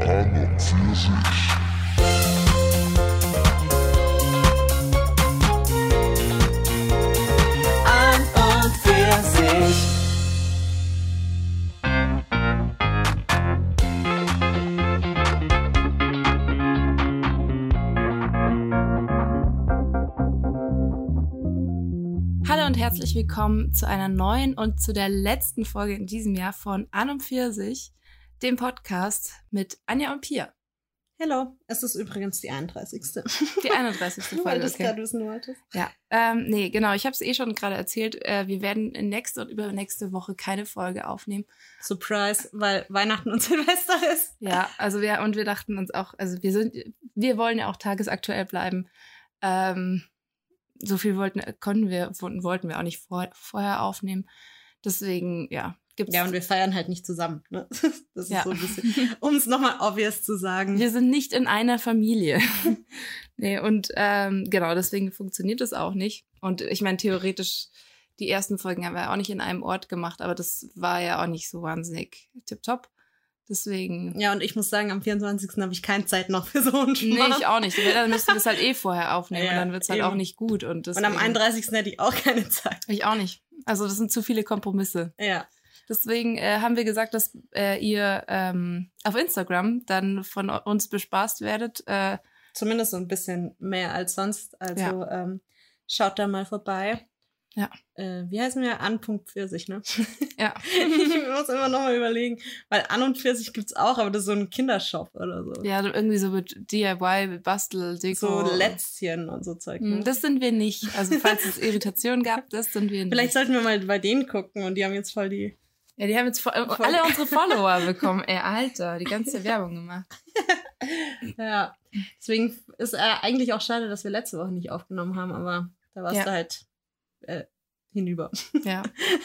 An und für sich. Hallo und herzlich willkommen zu einer neuen und zu der letzten Folge in diesem Jahr von An und für sich, dem Podcast mit Anja und Pia. Hallo, es ist übrigens die 31. Die 31. Folge. Weil du es Okay. gerade wissen wolltest. Ja, nee, genau, ich habe es schon gerade erzählt. Wir werden nächste und übernächste Woche keine Folge aufnehmen. Surprise, weil Weihnachten und Silvester ist. Ja, also wir dachten uns auch, also wir wollen ja auch tagesaktuell bleiben. So viel wollten wir auch nicht vorher aufnehmen. Deswegen, ja, gibt's. Ja, und wir feiern halt nicht zusammen. Ne? Das ist Ja. so ein bisschen, um es nochmal obvious zu sagen. Wir sind nicht in einer Familie. Nee, und genau, deswegen funktioniert das auch nicht. Und ich meine, theoretisch, die ersten Folgen haben wir auch nicht in einem Ort gemacht, aber das war ja auch nicht so wahnsinnig tipptopp. Deswegen. Ja, und ich muss sagen, am 24. habe ich keine Zeit noch für so einen Nee, Schmarrn. ich auch nicht. Dann müssten wir es halt vorher aufnehmen Ja, und dann wird es halt eben. auch nicht gut. Und Und am 31. hätte ich auch keine Zeit. Ich auch nicht. Also das sind zu viele Kompromisse. Ja. Deswegen haben wir gesagt, dass ihr auf Instagram dann von uns bespaßt werdet. Zumindest so ein bisschen mehr als sonst. Also schaut da mal vorbei. Ja. Wie heißen wir? An Punkt Pfirsich, ne? Ja. Ich muss immer noch mal überlegen. Weil An und Pfirsich gibt's auch, aber das ist so ein Kindershop oder so. Ja, irgendwie so mit DIY, Bastel, Deko. So Lätzchen und so Zeug. Ne? Das sind wir nicht. Also falls es Irritationen gab, das sind wir nicht. Vielleicht sollten wir mal bei denen gucken und die haben jetzt voll die... Ja, die haben jetzt alle unsere Follower bekommen. Ey, Alter, die ganze Werbung gemacht. Ja, deswegen ist eigentlich auch schade, dass wir letzte Woche nicht aufgenommen haben, aber da warst Ja. du halt hinüber. Ja.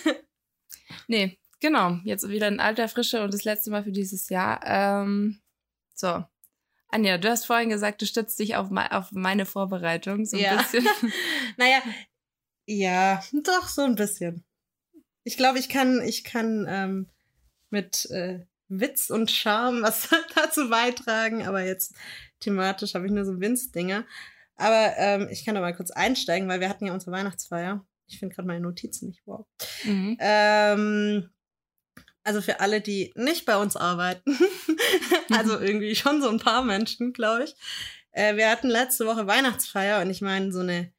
Nee, genau. Jetzt wieder in alter Frische und das letzte Mal für dieses Jahr. So. Anja, du hast vorhin gesagt, du stützt dich auf meine Vorbereitung so ein Ja. bisschen. Naja, ja, doch, so ein bisschen. Ich glaube, ich kann mit Witz und Charme was dazu beitragen, aber jetzt thematisch habe ich nur so Winz-Dinge. Aber ich kann da mal kurz einsteigen, weil wir hatten ja unsere Weihnachtsfeier. Ich finde gerade meine Notizen nicht, wow. Mhm. Also für alle, die nicht bei uns arbeiten, also irgendwie schon so ein paar Menschen, glaube ich. Wir hatten letzte Woche Weihnachtsfeier und ich meine, so eine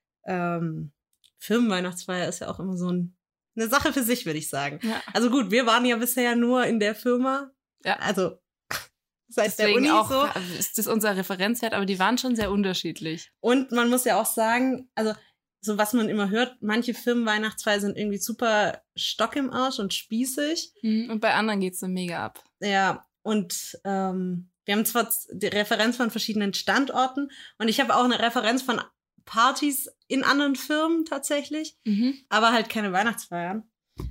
Firmenweihnachtsfeier ist ja auch immer so eine Sache für sich, würde ich sagen. Ja. Also gut, wir waren ja bisher nur in der Firma, Ja. also seit der Deswegen Uni auch so. ist das unser Referenzwert, aber die waren schon sehr unterschiedlich. Und man muss ja auch sagen, also so was man immer hört, manche Firmenweihnachtsfeier sind irgendwie super Stock im Arsch und spießig. Und bei anderen geht's so mega ab. Ja, und wir haben zwar die Referenz von verschiedenen Standorten und ich habe auch eine Referenz von Partys in anderen Firmen tatsächlich, aber halt keine Weihnachtsfeiern.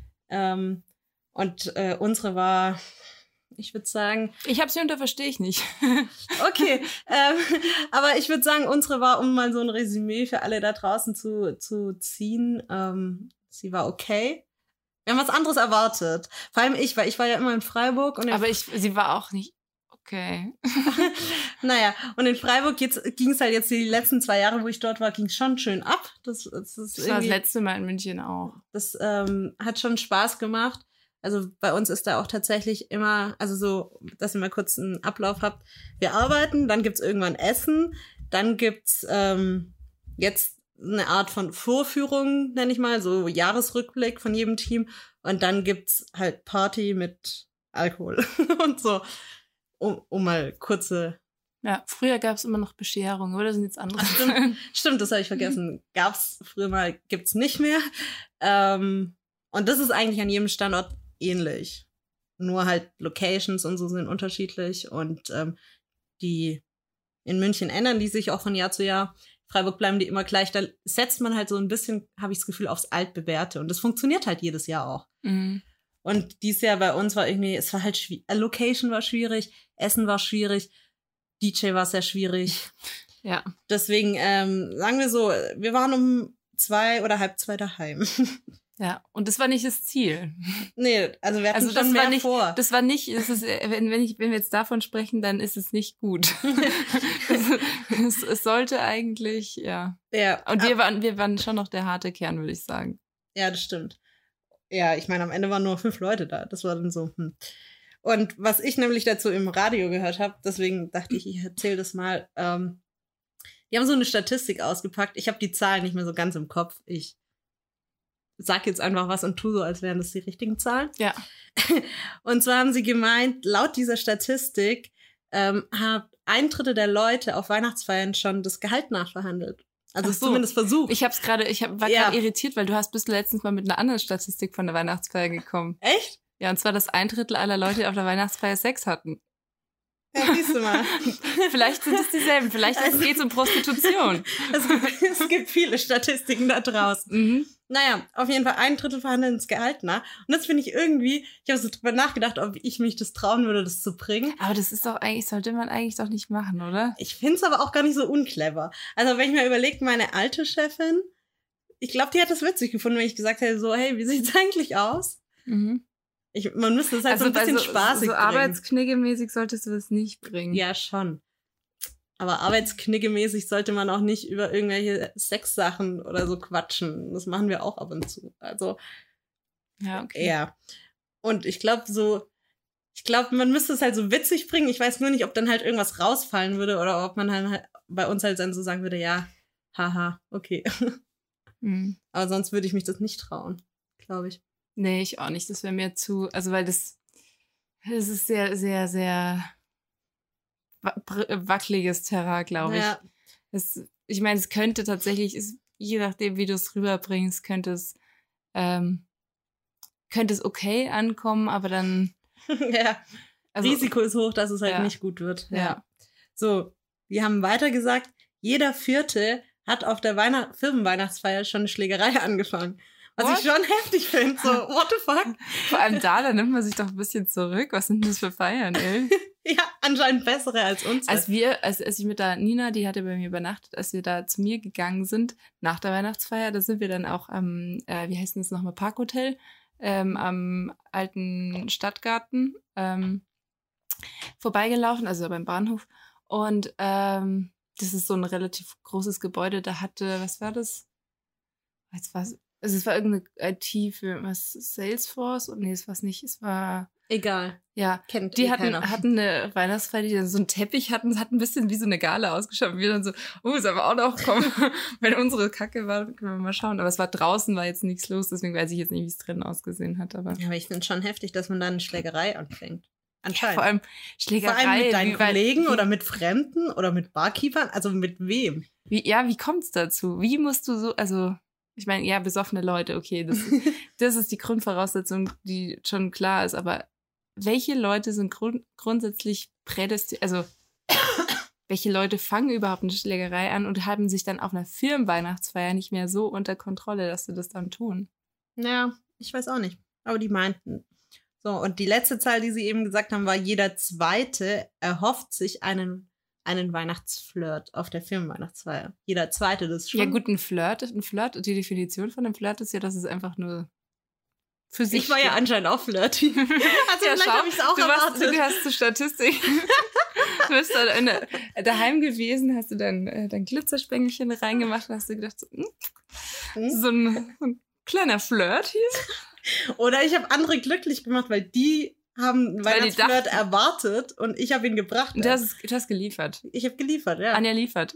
Und unsere war, ich würde sagen... Ich hab sie und da verstehe ich nicht. Okay, aber ich würde sagen, unsere war, um mal so ein Resümee für alle da draußen zu ziehen, sie war okay. Wir haben was anderes erwartet. Vor allem ich, weil ich war ja immer in Freiburg. Und Aber sie war auch nicht okay. Naja, und in Freiburg ging es halt jetzt die letzten 2 Jahre, wo ich dort war, ging es schon schön ab. Das Das war das letzte Mal in München auch. Das hat schon Spaß gemacht. Also bei uns ist da auch tatsächlich immer, also so, dass ihr mal kurz einen Ablauf habt. Wir arbeiten, dann gibt's irgendwann Essen, dann gibt's jetzt eine Art von Vorführung, nenne ich mal, so Jahresrückblick von jedem Team. Und dann gibt's halt Party mit Alkohol und so, um mal kurze... Ja, früher gab's immer noch Bescherung, oder sind jetzt andere? Stimmt, das habe ich vergessen. Gab's früher mal, gibt's nicht mehr. Und das ist eigentlich an jedem Standort ähnlich. Nur halt Locations und so sind unterschiedlich und die in München ändern die sich auch von Jahr zu Jahr. Freiburg bleiben die immer gleich. Da setzt man halt so ein bisschen, habe ich das Gefühl, aufs Altbewährte und das funktioniert halt jedes Jahr auch. Mhm. Und dieses Jahr bei uns war irgendwie, es war halt schwierig. Location war schwierig, Essen war schwierig, DJ war sehr schwierig. Ja. Deswegen sagen wir so, wir waren um 2 oder 1:30 daheim. Ja, und das war nicht das Ziel. Nee, also wir hatten Also das schon war mehr nicht, vor. das war nicht, es ist, wenn wir jetzt davon sprechen, dann ist es nicht gut. es sollte eigentlich, ja. Ja, Und wir waren schon noch der harte Kern, würde ich sagen. ja, das stimmt. Ja, ich meine, am Ende waren nur 5 Leute da. Das war dann so, Und was ich nämlich dazu im Radio gehört habe, deswegen dachte ich erzähle das mal. Die haben so eine Statistik ausgepackt. Ich habe die Zahlen nicht mehr so ganz im Kopf. Ich sag jetzt einfach was und tu so, als wären das die richtigen Zahlen. Ja. Und zwar haben sie gemeint, laut dieser Statistik hat 1/3 der Leute auf Weihnachtsfeiern schon das Gehalt nachverhandelt. Also Ach so. zumindest versucht. War gerade irritiert, weil bist letztens mal mit einer anderen Statistik von der Weihnachtsfeier gekommen. Echt? Ja, und zwar, dass 1/3 aller Leute auf der Weihnachtsfeier Sex hatten. Ja, siehst du mal. Vielleicht sind es dieselben, vielleicht geht es um Prostitution. Es gibt viele Statistiken da draußen. Mhm. Naja, auf jeden Fall 1/3 verhandeln das Gehalt nach. Und das finde ich irgendwie, ich habe so drüber nachgedacht, ob ich mich das trauen würde, das zu bringen. Aber das ist doch eigentlich, sollte man eigentlich doch nicht machen, oder? Ich finde es aber auch gar nicht so unclever. Also wenn ich mir überlege, meine alte Chefin, ich glaube, die hat das witzig gefunden, wenn ich gesagt hätte, so, hey, wie sieht's eigentlich aus? Mhm. Man müsste es halt so ein bisschen spaßig so bringen. arbeitskniggemäßig solltest du das nicht bringen. Ja, schon. Aber arbeitskniggemäßig sollte man auch nicht über irgendwelche Sexsachen oder so quatschen. Das machen wir auch ab und zu. Also, Ja, okay. ja. Und ich glaube, man müsste es halt so witzig bringen. Ich weiß nur nicht, ob dann halt irgendwas rausfallen würde oder ob man halt bei uns halt dann so sagen würde, ja, haha, okay. Mhm. Aber sonst würde ich mich das nicht trauen, glaube ich. Nee, ich auch nicht. Das wäre mir also weil das ist sehr, sehr, sehr wackeliges Terrain, glaube ich. Ja. Ich meine, es könnte tatsächlich, je nachdem, wie du es rüberbringst, könnte es okay ankommen, aber dann Ja. also, Risiko ist hoch, dass es halt ja. nicht gut wird. Ja. So, wir haben weiter gesagt, jeder Vierte hat auf der Firmenweihnachtsfeier schon eine Schlägerei angefangen. Was What? ich schon heftig finde. So, what the fuck? Vor allem da nimmt man sich doch ein bisschen zurück. Was sind das für Feiern, ey? Ja, anscheinend bessere als uns. Als ich mit der Nina, die hatte bei mir übernachtet, als wir da zu mir gegangen sind, nach der Weihnachtsfeier, da sind wir dann auch am, wie heißt denn das nochmal, Parkhotel, am alten Stadtgarten vorbeigelaufen, also beim Bahnhof. Und das ist so ein relativ großes Gebäude, da hatte, was war das? Also es war irgendeine IT für was, Salesforce? Und nee, es war es nicht, es war... Egal. Ja, Kennt die keiner. hatten eine Weihnachtsfeier, die dann so einen Teppich hatten. Es hat ein bisschen wie so eine Gala ausgeschaut. Und wir dann so, sollen wir auch noch kommen? Wenn unsere Kacke war, können wir mal schauen. Aber es war draußen, war jetzt nichts los. Deswegen weiß ich jetzt nicht, wie es drinnen ausgesehen hat. Aber Ja, aber ich finde schon heftig, dass man da eine Schlägerei anfängt. Anscheinend. vor allem Schlägerei. Vor allem mit deinen wie weit- Kollegen oder mit Fremden oder mit Barkeepern. Also mit wem? Wie kommt's dazu? Wie musst du so, also... Ich meine, ja, besoffene Leute, okay, das ist die Grundvoraussetzung, die schon klar ist, aber welche Leute sind grundsätzlich prädestiniert, also welche Leute fangen überhaupt eine Schlägerei an und haben sich dann auf einer Firmenweihnachtsfeier nicht mehr so unter Kontrolle, dass sie das dann tun? Naja, ich weiß auch nicht. Aber die meinten. So, und die letzte Zahl, die sie eben gesagt haben, war, jeder Zweite erhofft sich einen Weihnachtsflirt auf der Firmenweihnachtsfeier. Jeder Zweite, das ist schon... Ja gut, ein Flirt, die Definition von einem Flirt ist ja, dass es einfach nur für sich Ich war ja steht. anscheinend auch flirty. Also Ja, vielleicht schau, habe ich es auch du erwartet. hast zur Statistik. Du bist dann daheim gewesen, hast du dein Glitzerspängelchen reingemacht und hast du gedacht, so ein kleiner Flirt hier. Oder ich habe andere glücklich gemacht, weil die haben einen Weil die Weihnachtsflirt dachten- erwartet und ich habe ihn gebracht. Und du hast geliefert. Ich habe geliefert, ja. Anja liefert.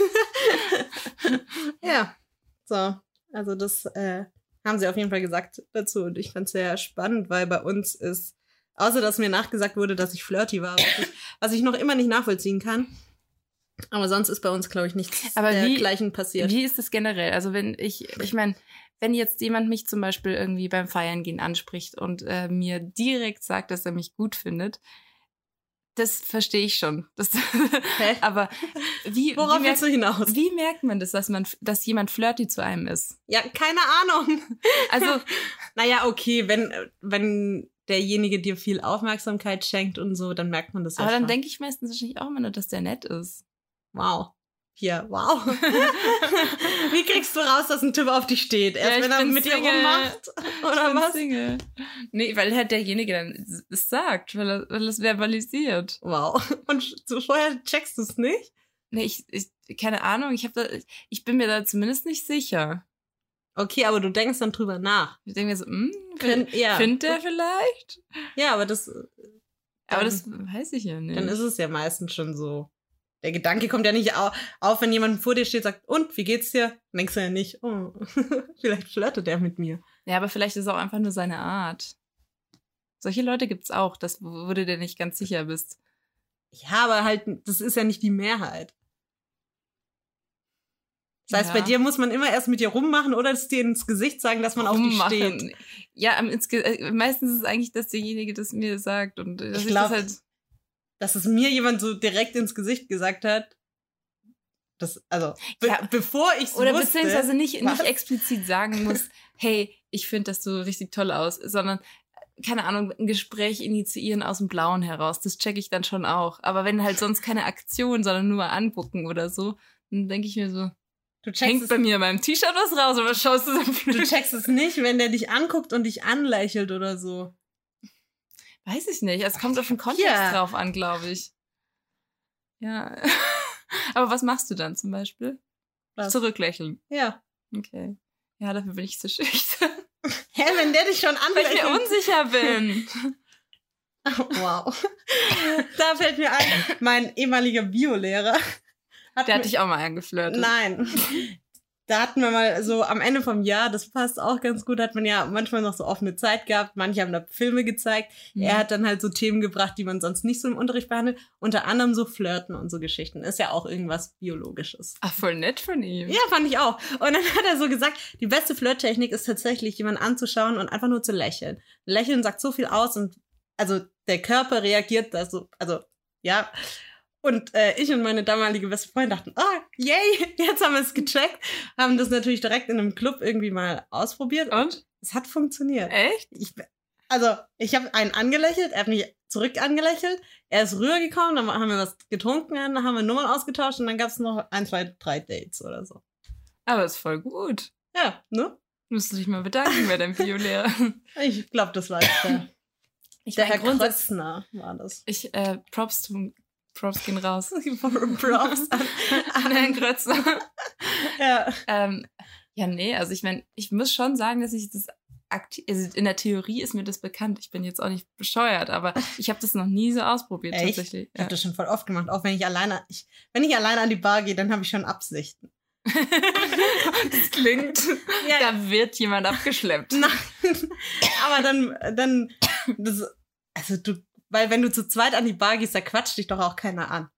Ja. So, also das haben sie auf jeden Fall gesagt dazu und ich fand es sehr spannend, weil bei uns ist, außer dass mir nachgesagt wurde, dass ich flirty war, was ich noch immer nicht nachvollziehen kann, aber sonst ist bei uns, glaube ich, nichts Aber dergleichen passiert. Wie ist das generell? Also ich meine, wenn jetzt jemand mich zum Beispiel irgendwie beim Feiern gehen anspricht und mir direkt sagt, dass er mich gut findet, das verstehe ich schon. Hä? Aber Worauf willst du hinaus? wie merkt man das, dass jemand flirty zu einem ist? Ja, keine Ahnung. Also, Naja, okay, wenn derjenige dir viel Aufmerksamkeit schenkt und so, dann merkt man das ja aber dann schon. denke ich meistens wahrscheinlich auch immer nur, dass der nett ist. Wow. Hier, wow. Wie kriegst du raus, dass ein Typ auf dich steht? Erst wenn er mit dir rummacht? Oder was? Single. Nee, weil halt derjenige dann es sagt, weil er es verbalisiert. Wow. Und so vorher checkst du es nicht? Nee, ich keine Ahnung, ich bin mir da zumindest nicht sicher. Okay, aber du denkst dann drüber nach. Ich denke mir so, Ja. findet der vielleicht? Ja, aber das weiß ich ja nicht. dann ist es ja meistens schon so. Der Gedanke kommt ja nicht auf, wenn jemand vor dir steht und sagt, und, wie geht's dir? Dann denkst du ja nicht, oh, vielleicht flirtet er mit mir. Ja, aber vielleicht ist es auch einfach nur seine Art. Solche Leute gibt's auch, wo du dir nicht ganz sicher bist. Ja, aber halt, das ist ja nicht die Mehrheit. Das heißt, bei dir muss man immer erst mit dir rummachen oder es dir ins Gesicht sagen, dass man auf dich steht. Ja, meistens ist es eigentlich, dass derjenige das mir sagt. Und ich glaube, dass es mir jemand so direkt ins Gesicht gesagt hat, bevor ich es wusste. Oder beziehungsweise nicht explizit sagen muss, hey, ich finde, dass du richtig toll aus, sondern, keine Ahnung, ein Gespräch initiieren aus dem Blauen heraus. Das checke ich dann schon auch. Aber wenn halt sonst keine Aktion, sondern nur mal angucken oder so, dann denke ich mir so, hängt bei mir in meinem T-Shirt was raus oder schaust du so? Du checkst es nicht, wenn der dich anguckt und dich anlächelt oder so. Weiß ich nicht. Es kommt auf den Kontext drauf an, glaube ich. Ja. Aber was machst du dann zum Beispiel? Was? Zurücklächeln. Ja. Okay. Ja, dafür bin ich zu schüchtern. Hä, wenn der dich schon anlächelt? Weil ich mir unsicher bin. Wow. Da fällt mir ein, mein ehemaliger Biolehrer. Der hat dich auch mal angeflirtet. Nein. Da hatten wir mal so am Ende vom Jahr, das passt auch ganz gut, hat man ja manchmal noch so offene Zeit gehabt. Manche haben da Filme gezeigt. Mhm. Er hat dann halt so Themen gebracht, die man sonst nicht so im Unterricht behandelt. Unter anderem so Flirten und so Geschichten. Ist ja auch irgendwas Biologisches. Ach, voll nett von ihm. Ja, fand ich auch. Und dann hat er so gesagt, die beste Flirttechnik ist tatsächlich, jemanden anzuschauen und einfach nur zu lächeln. Lächeln sagt so viel aus und also der Körper reagiert da so, also ja. Und ich und meine damalige beste Freundin dachten, yay, jetzt haben wir es gecheckt. Haben das natürlich direkt in einem Club irgendwie mal ausprobiert. Und es hat funktioniert. Echt? Ich habe einen angelächelt, er hat mich zurück angelächelt. Er ist rübergekommen, dann haben wir was getrunken, dann haben wir Nummern ausgetauscht und dann gab es noch 1, 2, 3 Dates oder so. Aber ist voll gut. Ja, ne? Musst du dich mal bedanken bei deinem Biolehrer. Ich glaube, das war der Herr Krötzner war das. Props gehen raus. Props an Herrn Krötzner. Ja. Ja, nee, also ich meine, ich muss schon sagen, dass ich das also in der Theorie ist mir das bekannt. Ich bin jetzt auch nicht bescheuert, aber ich habe das noch nie so ausprobiert. Echt? Tatsächlich. Ich habe das schon voll oft gemacht. Auch wenn ich alleine an die Bar gehe, dann habe ich schon Absichten. Das klingt, da wird jemand abgeschleppt. Nein, aber dann weil wenn du zu zweit an die Bar gehst, da quatscht dich doch auch keiner an.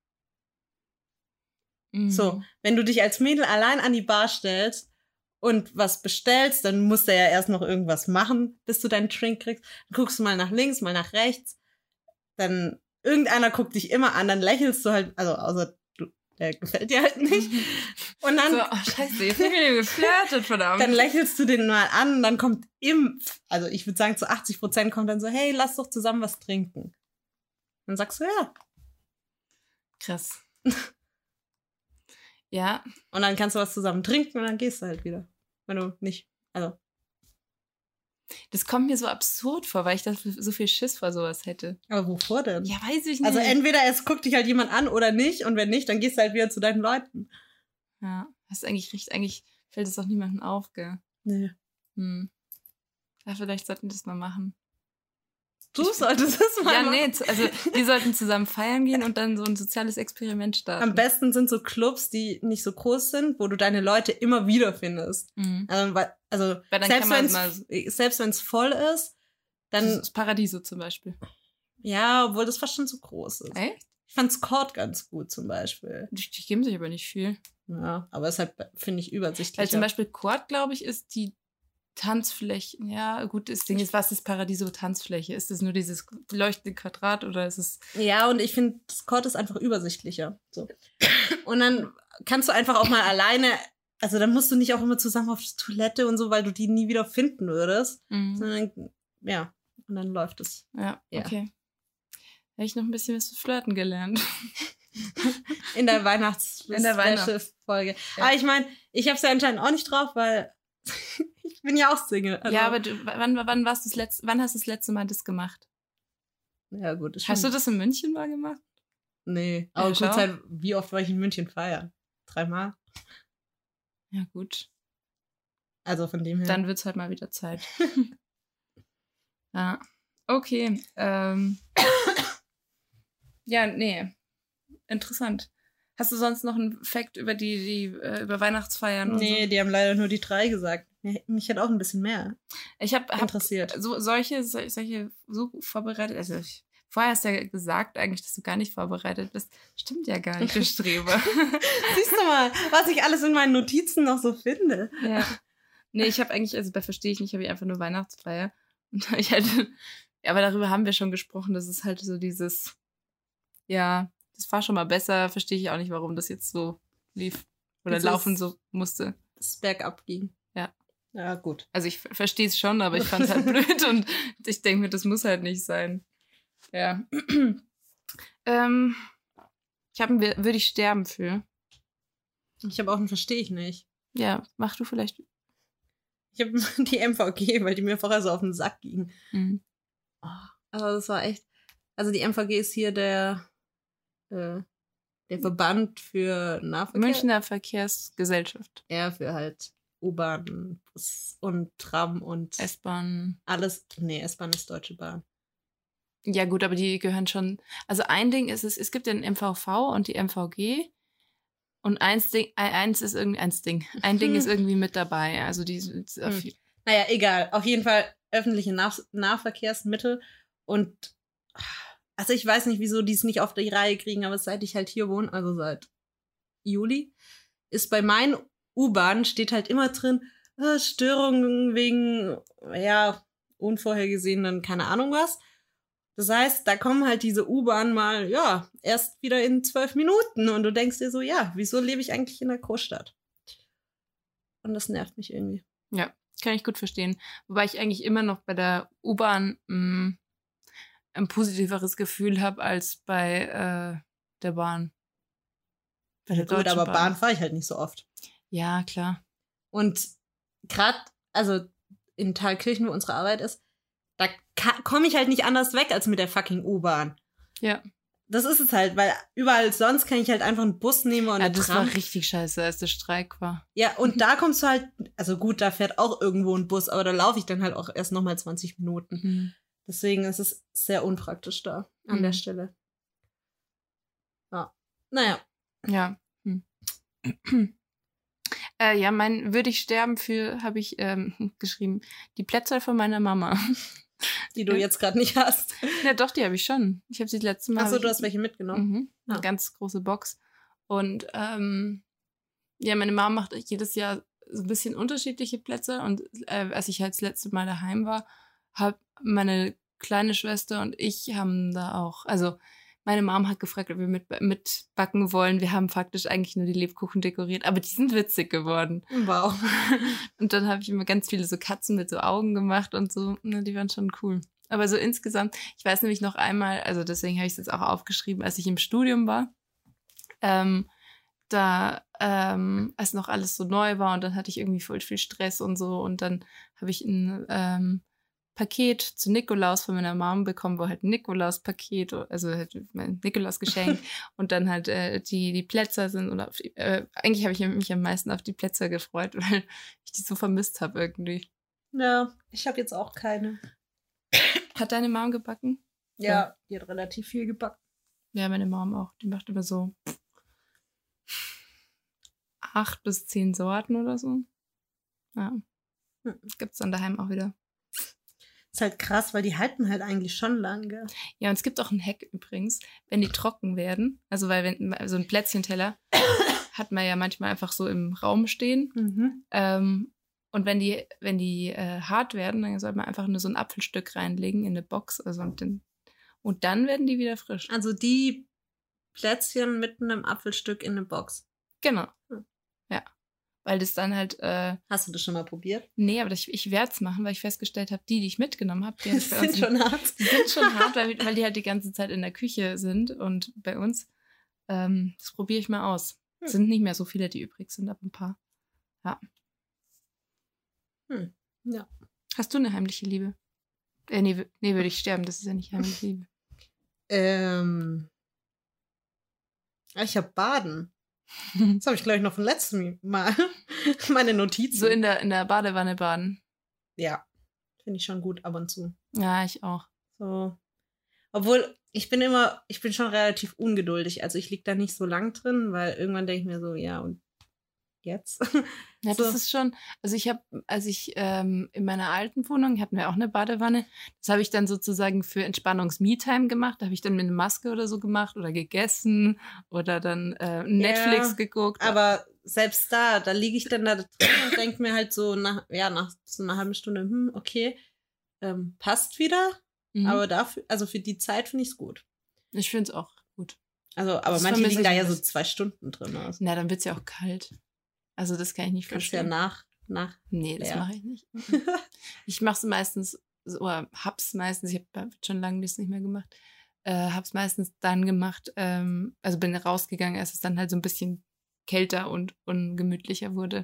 Mhm. So, wenn du dich als Mädel allein an die Bar stellst und was bestellst, dann musst du ja erst noch irgendwas machen, bis du deinen Drink kriegst. Dann guckst du mal nach links, mal nach rechts. Dann irgendeiner guckt dich immer an, dann lächelst du halt, also außer der gefällt dir halt nicht. Und dann, scheiße, jetzt bin ich geflirtet, verdammt. Dann lächelst du den mal an und dann kommt also ich würde sagen zu 80% kommt dann so, hey, lass doch zusammen was trinken. Dann sagst du ja. Krass. Ja. Und dann kannst du was zusammen trinken und dann gehst du halt wieder. Wenn du nicht, also. Das kommt mir so absurd vor, weil ich da so viel Schiss vor sowas hätte. Aber wovor denn? Ja, weiß ich nicht. Also entweder es guckt dich halt jemand an oder nicht und wenn nicht, dann gehst du halt wieder zu deinen Leuten. Ja, hast eigentlich fällt es auch niemandem auf, gell? Nee. Ja, vielleicht sollten wir das mal machen. Du solltest es mal machen. Ja, nee, also wir sollten zusammen feiern gehen und dann so ein soziales Experiment starten. Am besten sind so Clubs, die nicht so groß sind, wo du deine Leute immer wieder findest. Mhm. Also selbst wenn es voll ist, dann... Das Paradiso zum Beispiel. Ja, obwohl das fast schon zu groß ist. Echt? Ich fand Scout ganz gut zum Beispiel. Die geben sich aber nicht viel. Ja, aber es ist halt, finde ich, übersichtlich. Weil zum Beispiel Quad, glaube ich, ist die Tanzfläche, ja gut, das Ding ist, was ist Paradiso Tanzfläche? Ist es nur dieses leuchtende Quadrat oder ist es... Ja, und ich finde, das Court ist einfach übersichtlicher. So. Und dann kannst du einfach auch mal alleine, also dann musst du nicht auch immer zusammen auf die Toilette und so, weil du die nie wieder finden würdest. Sondern, ja, und dann läuft es. Ja, okay. Habe ich noch ein bisschen was zu flirten gelernt. In der In der Weihnachts-Special-Folge. Ja. Aber ich meine, ich habe es ja anscheinend auch nicht drauf, weil ich bin ja auch Single. Also, Ja, aber wann hast du das letzte Mal das gemacht? ja, gut. Ist Hast du schon- das in München mal gemacht? Nee. Ja, Aber schau. kurz halt, wie oft war ich in München feiern? 3 Mal? Ja, gut. Also von dem her. Dann wird's halt mal wieder Zeit. Ja. Okay. Ja, nee. Interessant. Hast du sonst noch einen Fact über über Weihnachtsfeiern? Nee, die haben leider nur die 3 gesagt. Mich hat auch ein bisschen mehr Ich habe interessiert. so solche so vorbereitet. Also vorher hast du ja gesagt eigentlich, dass du gar nicht vorbereitet bist. Stimmt ja gar nicht, du Streber. Siehst du mal, was ich alles in meinen Notizen noch so finde. Ja. Nee, ich habe eigentlich, also bei Verstehe ich nicht, habe ich einfach nur Weihnachtsfeier. Und da ich halt, ja, aber darüber haben wir schon gesprochen, das ist halt so dieses, ja, das war schon mal besser, verstehe ich auch nicht, warum das jetzt so lief oder Jetzt laufen ist- so musste. Das bergab ging. Ja. Ja, gut. Also ich verstehe es schon, aber ich fand es halt blöd und ich denke mir, das muss halt nicht sein. Ja. Ich habe würde ich sterben für. Ich habe auch einen Verstehe ich nicht. Ja, mach du vielleicht. Ich habe die MVG, weil die mir vorher so auf den Sack ging. Mhm. Oh, also das war echt. Also die MVG ist hier der Verband für Nahverkehr. Münchner Verkehrsgesellschaft. Ja, für halt U-Bahn, Bus und Tram und S-Bahn. alles. Nee, S-Bahn ist Deutsche Bahn. Ja gut, aber die gehören schon. Also ein Ding ist es gibt den MVV und die MVG. Und ein Ding ist irgendwie mit dabei. Also die sind Naja, egal. Auf jeden Fall öffentliche Nahverkehrsmittel. Und also ich weiß nicht, wieso die es nicht auf die Reihe kriegen, aber seit ich halt hier wohne, also seit Juli, ist bei meinen U-Bahnen steht halt immer drin, Störungen wegen, ja, unvorhergesehenen, keine Ahnung was. Das heißt, da kommen halt diese U-Bahnen mal, ja, erst wieder in 12 Minuten und du denkst dir so, ja, wieso lebe ich eigentlich in der Großstadt? Und das nervt mich irgendwie. Ja, kann ich gut verstehen. Wobei ich eigentlich immer noch bei der U-Bahn ein positiveres Gefühl habe als bei der Bahn. Bei der Gut, Deutschen aber Bahn fahre ich halt nicht so oft. Ja, klar. Und gerade, also in Thalkirchen, wo unsere Arbeit ist, da komme ich halt nicht anders weg als mit der fucking U-Bahn. Ja. Das ist es halt, weil überall sonst kann ich halt einfach einen Bus nehmen und Ja, eine das Tram. war richtig scheiße, als der Streik war. Ja, und da kommst du halt, also gut, da fährt auch irgendwo ein Bus, aber da laufe ich dann halt auch erst nochmal 20 Minuten. Mhm. Deswegen ist es sehr unpraktisch da an der Stelle. Ja. Naja. Ja. Ja, mein würde ich sterben für, habe ich geschrieben, die Plätze von meiner Mama. Die du jetzt gerade nicht hast. Ja, doch, die habe ich schon. Ich habe sie das letzte Mal. Achso, du hast welche mitgenommen. Mhm. Eine Ah. ganz große Box. Und ja, meine Mama macht jedes Jahr so ein bisschen unterschiedliche Plätze. Und als ich halt das letzte Mal daheim war, habe meine kleine Schwester und ich haben da auch, also meine Mom hat gefragt, ob wir mitbacken wollen. Wir haben faktisch eigentlich nur die Lebkuchen dekoriert, aber die sind witzig geworden. Wow. Und dann habe ich immer ganz viele so Katzen mit so Augen gemacht und so. Ne, die waren schon cool. Aber so insgesamt, ich weiß nämlich noch einmal, also deswegen habe ich es jetzt auch aufgeschrieben, als ich im Studium war, als noch alles so neu war und dann hatte ich irgendwie voll viel Stress und so und dann habe ich ein Paket zu Nikolaus von meiner Mom bekommen, wo halt ein Nikolaus-Paket, also halt mein Nikolaus-Geschenk und dann halt die Plätzer sind oder eigentlich habe ich mich am meisten auf die Plätzer gefreut, weil ich die so vermisst habe irgendwie. Ja, ich habe jetzt auch keine. Hat deine Mom gebacken? Ja, die hat relativ viel gebacken. Ja, meine Mom auch. Die macht immer so 8 bis 10 Sorten oder so. Ja. Gibt's dann daheim auch wieder. Ist halt krass, weil die halten halt eigentlich schon lange. Ja, und es gibt auch einen Hack übrigens, wenn die trocken werden, also weil wenn so ein Plätzchenteller hat man ja manchmal einfach so im Raum stehen. Und wenn die hart werden, dann soll man einfach nur so ein Apfelstück reinlegen in eine Box, also und dann werden die wieder frisch. Also die Plätzchen mit einem Apfelstück in eine Box. Genau. Ja. Weil das dann halt Hast du das schon mal probiert? nee, aber ich werde es machen, weil ich festgestellt habe, die ich mitgenommen habe, die sind schon hart. Die sind schon hart, weil die halt die ganze Zeit in der Küche sind und bei uns. Das probiere ich mal aus. Es sind nicht mehr so viele, die übrig sind, aber ein paar. Ja. Ja. Hast du eine heimliche Liebe? Nee, würde ich sterben. Das ist ja nicht heimliche Liebe. Ich habe Baden. Das habe ich, glaube ich, noch vom letzten Mal. Meine Notizen. So in der Badewanne baden. Ja, finde ich schon gut ab und zu. Ja, ich auch. So. Obwohl, ich bin schon relativ ungeduldig. Also ich liege da nicht so lang drin, weil irgendwann denke ich mir so, ja, und jetzt? Ja, So. das ist schon, also ich habe, als ich in meiner alten Wohnung hatten wir auch eine Badewanne. Das habe ich dann sozusagen für Entspannungs-Me-Time gemacht. Da habe ich dann mit einer Maske oder so gemacht oder gegessen oder dann Netflix geguckt. Aber selbst da liege ich dann da drin und denke mir halt so nach so einer halben Stunde, okay, passt wieder. Mhm. Aber dafür, also für die Zeit finde ich es gut. Ich finde es auch gut. Also, aber Das manche vermisse liegen da ich ja ein so bisschen. 2 Stunden drin. Also. Na, dann wird es ja auch kalt. Also das kann ich nicht Kannst ja verstehen. nach. Nee, das Ja. mache ich nicht. Ich mache es meistens, oder hab's meistens, ich habe schon lange das nicht mehr gemacht, hab's meistens dann gemacht, also bin rausgegangen, als es dann halt so ein bisschen kälter und ungemütlicher wurde.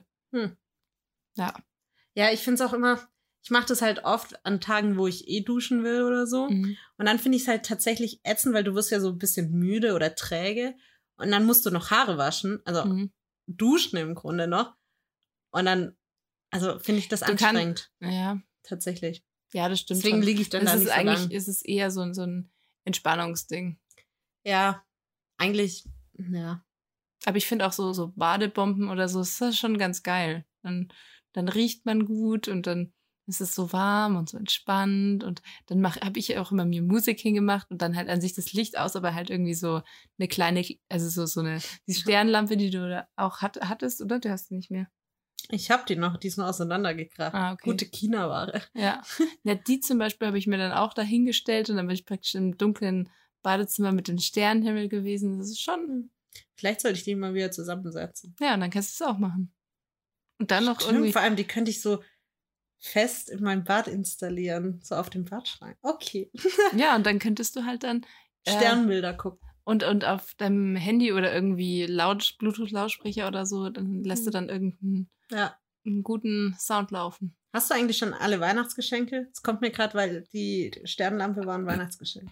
Ja. Ja, ich finde es auch immer, ich mache das halt oft an Tagen, wo ich duschen will oder so. Mhm. Und dann finde ich es halt tatsächlich ätzend, weil du wirst ja so ein bisschen müde oder träge. Und dann musst du noch Haare waschen, also Mhm. duschen im Grunde noch. Und dann, also finde ich das anstrengend, Ja. tatsächlich. Ja, das stimmt. Deswegen schon. liege ich dann Es da ist nicht so eigentlich, lang. ist es eher so ein Entspannungsding. Ja, eigentlich, ja. Aber ich finde auch so Badebomben oder so, ist das schon ganz geil. Dann riecht man gut und dann ist es so warm und so entspannt und dann habe ich auch immer mir Musik hingemacht und dann halt an sich das Licht aus, aber halt irgendwie so eine kleine, also so eine, die Sternlampe, die du da auch hattest, oder? Du hast die nicht mehr. Ich habe die noch, die ist nur auseinandergekracht. Ah, okay. Gute China-Ware. Ja. Ja, die zum Beispiel habe ich mir dann auch dahingestellt und dann bin ich praktisch im dunklen Badezimmer mit dem Sternenhimmel gewesen. Das ist schon, Vielleicht sollte ich die mal wieder zusammensetzen. ja, und dann kannst du es auch machen. Und dann noch Stimmt, irgendwie, vor allem, die könnte ich so fest in meinem Bad installieren, so auf dem Badschrank. Okay. ja, und dann könntest du halt dann Sternbilder gucken. und auf deinem Handy oder irgendwie Bluetooth-Lautsprecher oder so, dann lässt du dann irgendeinen Ja. einen guten Sound laufen. Hast du eigentlich schon alle Weihnachtsgeschenke? Es kommt mir gerade, weil die Sternlampe war ein Weihnachtsgeschenk.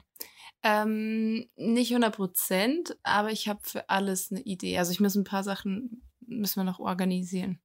Nicht 100%, aber ich habe für alles eine Idee. Also ich muss ein paar Sachen, müssen wir noch organisieren.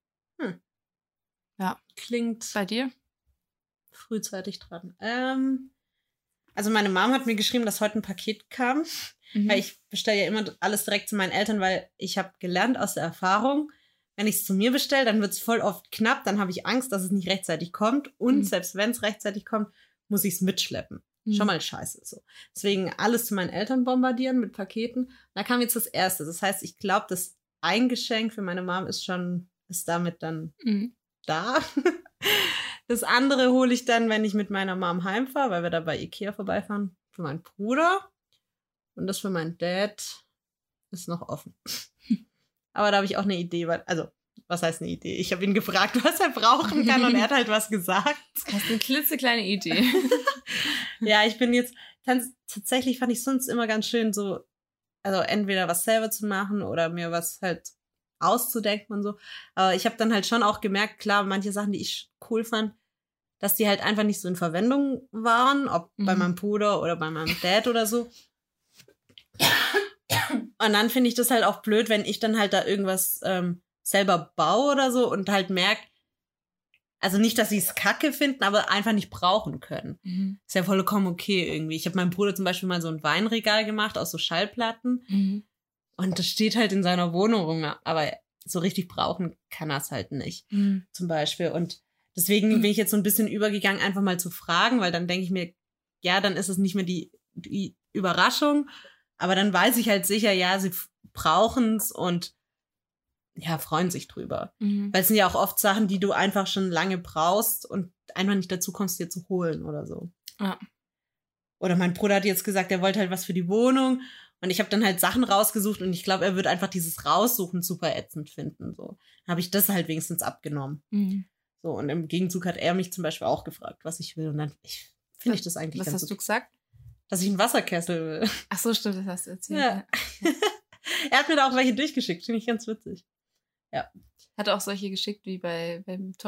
Klingt Bei dir? frühzeitig dran. Also meine Mom hat mir geschrieben, dass heute ein Paket kam. Weil ich bestelle ja immer alles direkt zu meinen Eltern, weil ich habe gelernt aus der Erfahrung, wenn ich es zu mir bestelle, dann wird es voll oft knapp, dann habe ich Angst, dass es nicht rechtzeitig kommt und selbst wenn es rechtzeitig kommt, muss ich es mitschleppen. Schon mal scheiße so. Deswegen alles zu meinen Eltern bombardieren mit Paketen. Da kam jetzt das erste. Das heißt, ich glaube, das ein Geschenk für meine Mom ist damit dann da. Das andere hole ich dann, wenn ich mit meiner Mom heimfahre, weil wir da bei Ikea vorbeifahren, für meinen Bruder. Und das für meinen Dad ist noch offen. Aber da habe ich auch eine Idee, was heißt eine Idee? Ich habe ihn gefragt, was er brauchen kann und er hat halt was gesagt. Du hast eine klitzekleine Idee. Ja, ich bin jetzt, tatsächlich fand ich sonst immer ganz schön so, also entweder was selber zu machen oder mir was halt auszudenken und so. Aber ich habe dann halt schon auch gemerkt, klar, manche Sachen, die ich cool fand, dass die halt einfach nicht so in Verwendung waren, ob bei meinem Bruder oder bei meinem Dad oder so. Und dann finde ich das halt auch blöd, wenn ich dann halt da irgendwas selber baue oder so und halt merke, also nicht, dass sie es kacke finden, aber einfach nicht brauchen können. Ist ja vollkommen okay irgendwie. Ich habe meinem Bruder zum Beispiel mal so ein Weinregal gemacht aus so Schallplatten und das steht halt in seiner Wohnung rum, aber so richtig brauchen kann er es halt nicht, zum Beispiel. Und deswegen bin ich jetzt so ein bisschen übergegangen, einfach mal zu fragen, weil dann denke ich mir, ja, dann ist es nicht mehr die Überraschung, aber dann weiß ich halt sicher, ja, sie brauchen es und ja, freuen sich drüber. Weil es sind ja auch oft Sachen, die du einfach schon lange brauchst und einfach nicht dazu kommst, dir zu holen oder so. Ja. Oder mein Bruder hat jetzt gesagt, er wollte halt was für die Wohnung und ich habe dann halt Sachen rausgesucht und ich glaube, er wird einfach dieses Raussuchen super ätzend finden. So. Dann habe ich das halt wenigstens abgenommen. So, und im Gegenzug hat er mich zum Beispiel auch gefragt, was ich will. Und dann finde ich das eigentlich Was ganz hast du gesagt? dass ich einen Wasserkessel will. Ach so, stimmt, das hast du erzählt. Ja. Er hat mir da auch welche durchgeschickt, finde ich ganz witzig. Hat auch solche geschickt wie beim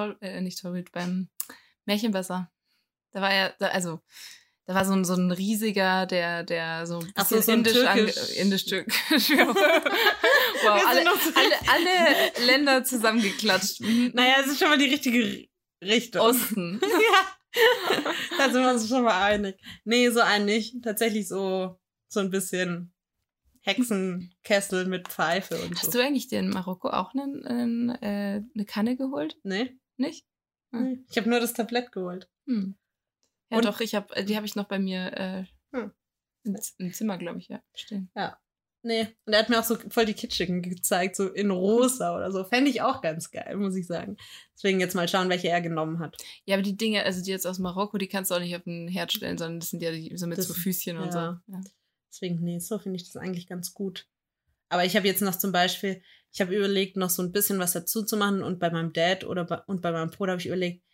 beim Märchenbesser. Da war ja, da war so ein riesiger, der so ein Ach so, bisschen so ein Türkisch. indisch-türkisch. Wow, Wir sind noch so alle Länder zusammengeklatscht. Naja, es ist schon mal die richtige Richtung. Osten. Ja. Da sind wir uns schon mal einig. Nee, so ein nicht. Tatsächlich so ein bisschen Hexenkessel mit Pfeife und so. Hast du eigentlich dir in Marokko auch eine Kanne geholt? Nee? Nicht? Nee. Ich habe nur das Tablett geholt. Hm. Ja, Und- doch, die habe ich noch bei mir im Zimmer, glaube ich, ja, stehen. Nee. Und er hat mir auch so voll die kitschigen gezeigt, so in rosa oder so. Fände ich auch ganz geil, muss ich sagen. Deswegen jetzt mal schauen, welche er genommen hat. Ja, aber die Dinge, also die jetzt aus Marokko, die kannst du auch nicht auf den Herd stellen, sondern das sind ja die, so mit Das- so Füßchen und ja. so. Ja. Deswegen, nee, so finde ich das eigentlich ganz gut. Aber ich habe jetzt noch zum Beispiel, ich habe überlegt, noch so ein bisschen was dazu zu machen und bei meinem Dad und bei meinem Bruder habe ich überlegt,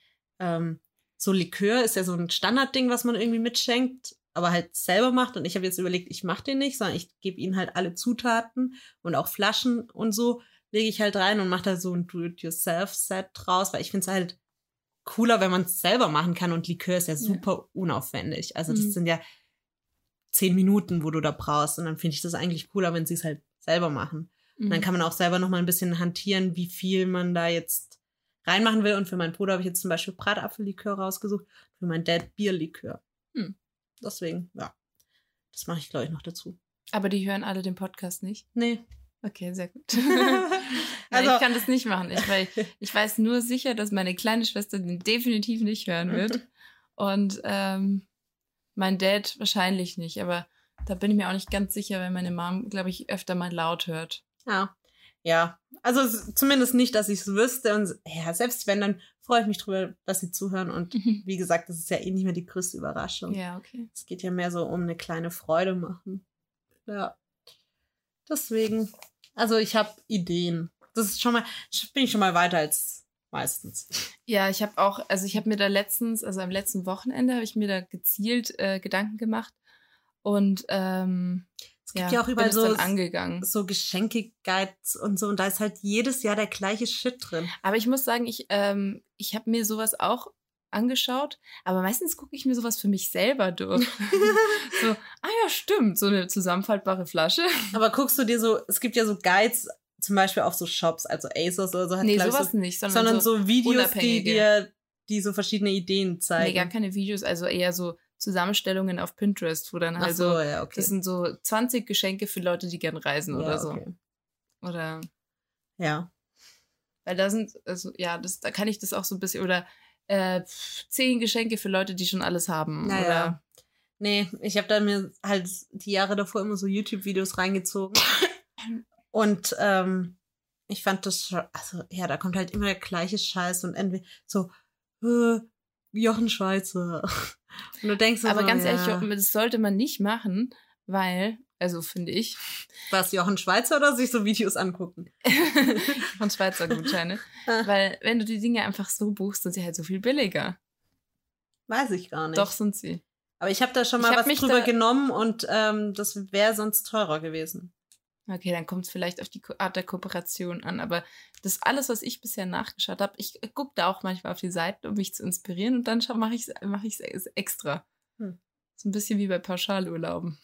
so Likör ist ja so ein Standardding, was man irgendwie mitschenkt, aber halt selber macht. Und ich habe jetzt überlegt, ich mache den nicht, sondern ich gebe ihnen halt alle Zutaten und auch Flaschen und so lege ich halt rein und mache da so ein Do-it-yourself-Set draus, weil ich finde es halt cooler, wenn man es selber machen kann und Likör ist ja super unaufwendig. Also das sind ja 10 Minuten, wo du da brauchst und dann finde ich das eigentlich cooler, wenn sie es halt selber machen. Und dann kann man auch selber noch mal ein bisschen hantieren, wie viel man da jetzt reinmachen will. Und für meinen Bruder habe ich jetzt zum Beispiel Bratapfellikör rausgesucht, für meinen Dad Bierlikör. Deswegen, ja, das mache ich, glaube ich, noch dazu. Aber die hören alle den Podcast nicht? Nee. Okay, sehr gut. Also- Ich kann das nicht machen. Ich weiß nur sicher, dass meine kleine Schwester den definitiv nicht hören wird. Und mein Dad wahrscheinlich nicht. Aber da bin ich mir auch nicht ganz sicher, weil meine Mom, glaube ich, öfter mal laut hört. Ja, also zumindest nicht, dass ich es wüsste. Und ja, selbst wenn, dann freue ich mich drüber, dass sie zuhören. Und wie gesagt, das ist ja eh nicht mehr die größte Überraschung. Ja, okay. Es geht ja mehr so um eine kleine Freude machen. Ja. Deswegen, also ich habe Ideen. Das ist bin ich schon mal weiter als meistens. Ja, ich habe mir da letztens, also am letzten Wochenende, habe ich mir da gezielt Gedanken gemacht. Und Es gibt ja auch bin überall es dann so angegangen. Geschenke-Guides und so. Und da ist halt jedes Jahr der gleiche Shit drin. Aber ich muss sagen, ich habe mir sowas auch angeschaut, aber meistens gucke ich mir sowas für mich selber durch. So, ja, stimmt, so eine zusammenfaltbare Flasche. Aber guckst du dir es gibt ja so Guides, zum Beispiel auf so Shops, also ASOS oder so. Hat, Nee, glaub ich, sowas nicht, sondern so Videos, unabhängige. die so verschiedene Ideen zeigen. Nee, gar keine Videos, also eher so Zusammenstellungen auf Pinterest, wo dann Ach halt so, ja, okay. das sind so 20 Geschenke für Leute, die gern reisen Ja, oder so. okay. Oder, Ja. weil da sind, also ja, da kann ich das auch so ein bisschen, oder 10 Geschenke für Leute, die schon alles haben. Naja. Oder, Nee, ich habe da mir halt die Jahre davor immer so YouTube-Videos reingezogen. Und ich fand das schon, also ja, da kommt halt immer der gleiche Scheiß und entweder so, Jochen Schweizer. Und du denkst aber so, ganz ja, ehrlich, das sollte man nicht machen, weil, also finde ich, was, Jochen Schweizer oder sich so Videos angucken? von Schweizer Gutscheine, weil wenn du die Dinge einfach so buchst, sind sie halt so viel billiger. Weiß ich gar nicht. Doch sind sie. Aber ich habe da schon Ich mal hab was mich drüber da- genommen und das wäre sonst teurer gewesen. Okay, dann kommt es vielleicht auf die Art der Kooperation an. Aber das alles, was ich bisher nachgeschaut habe, ich gucke da auch manchmal auf die Seiten, um mich zu inspirieren und dann mache ich es extra. So ein bisschen wie bei Pauschalurlauben.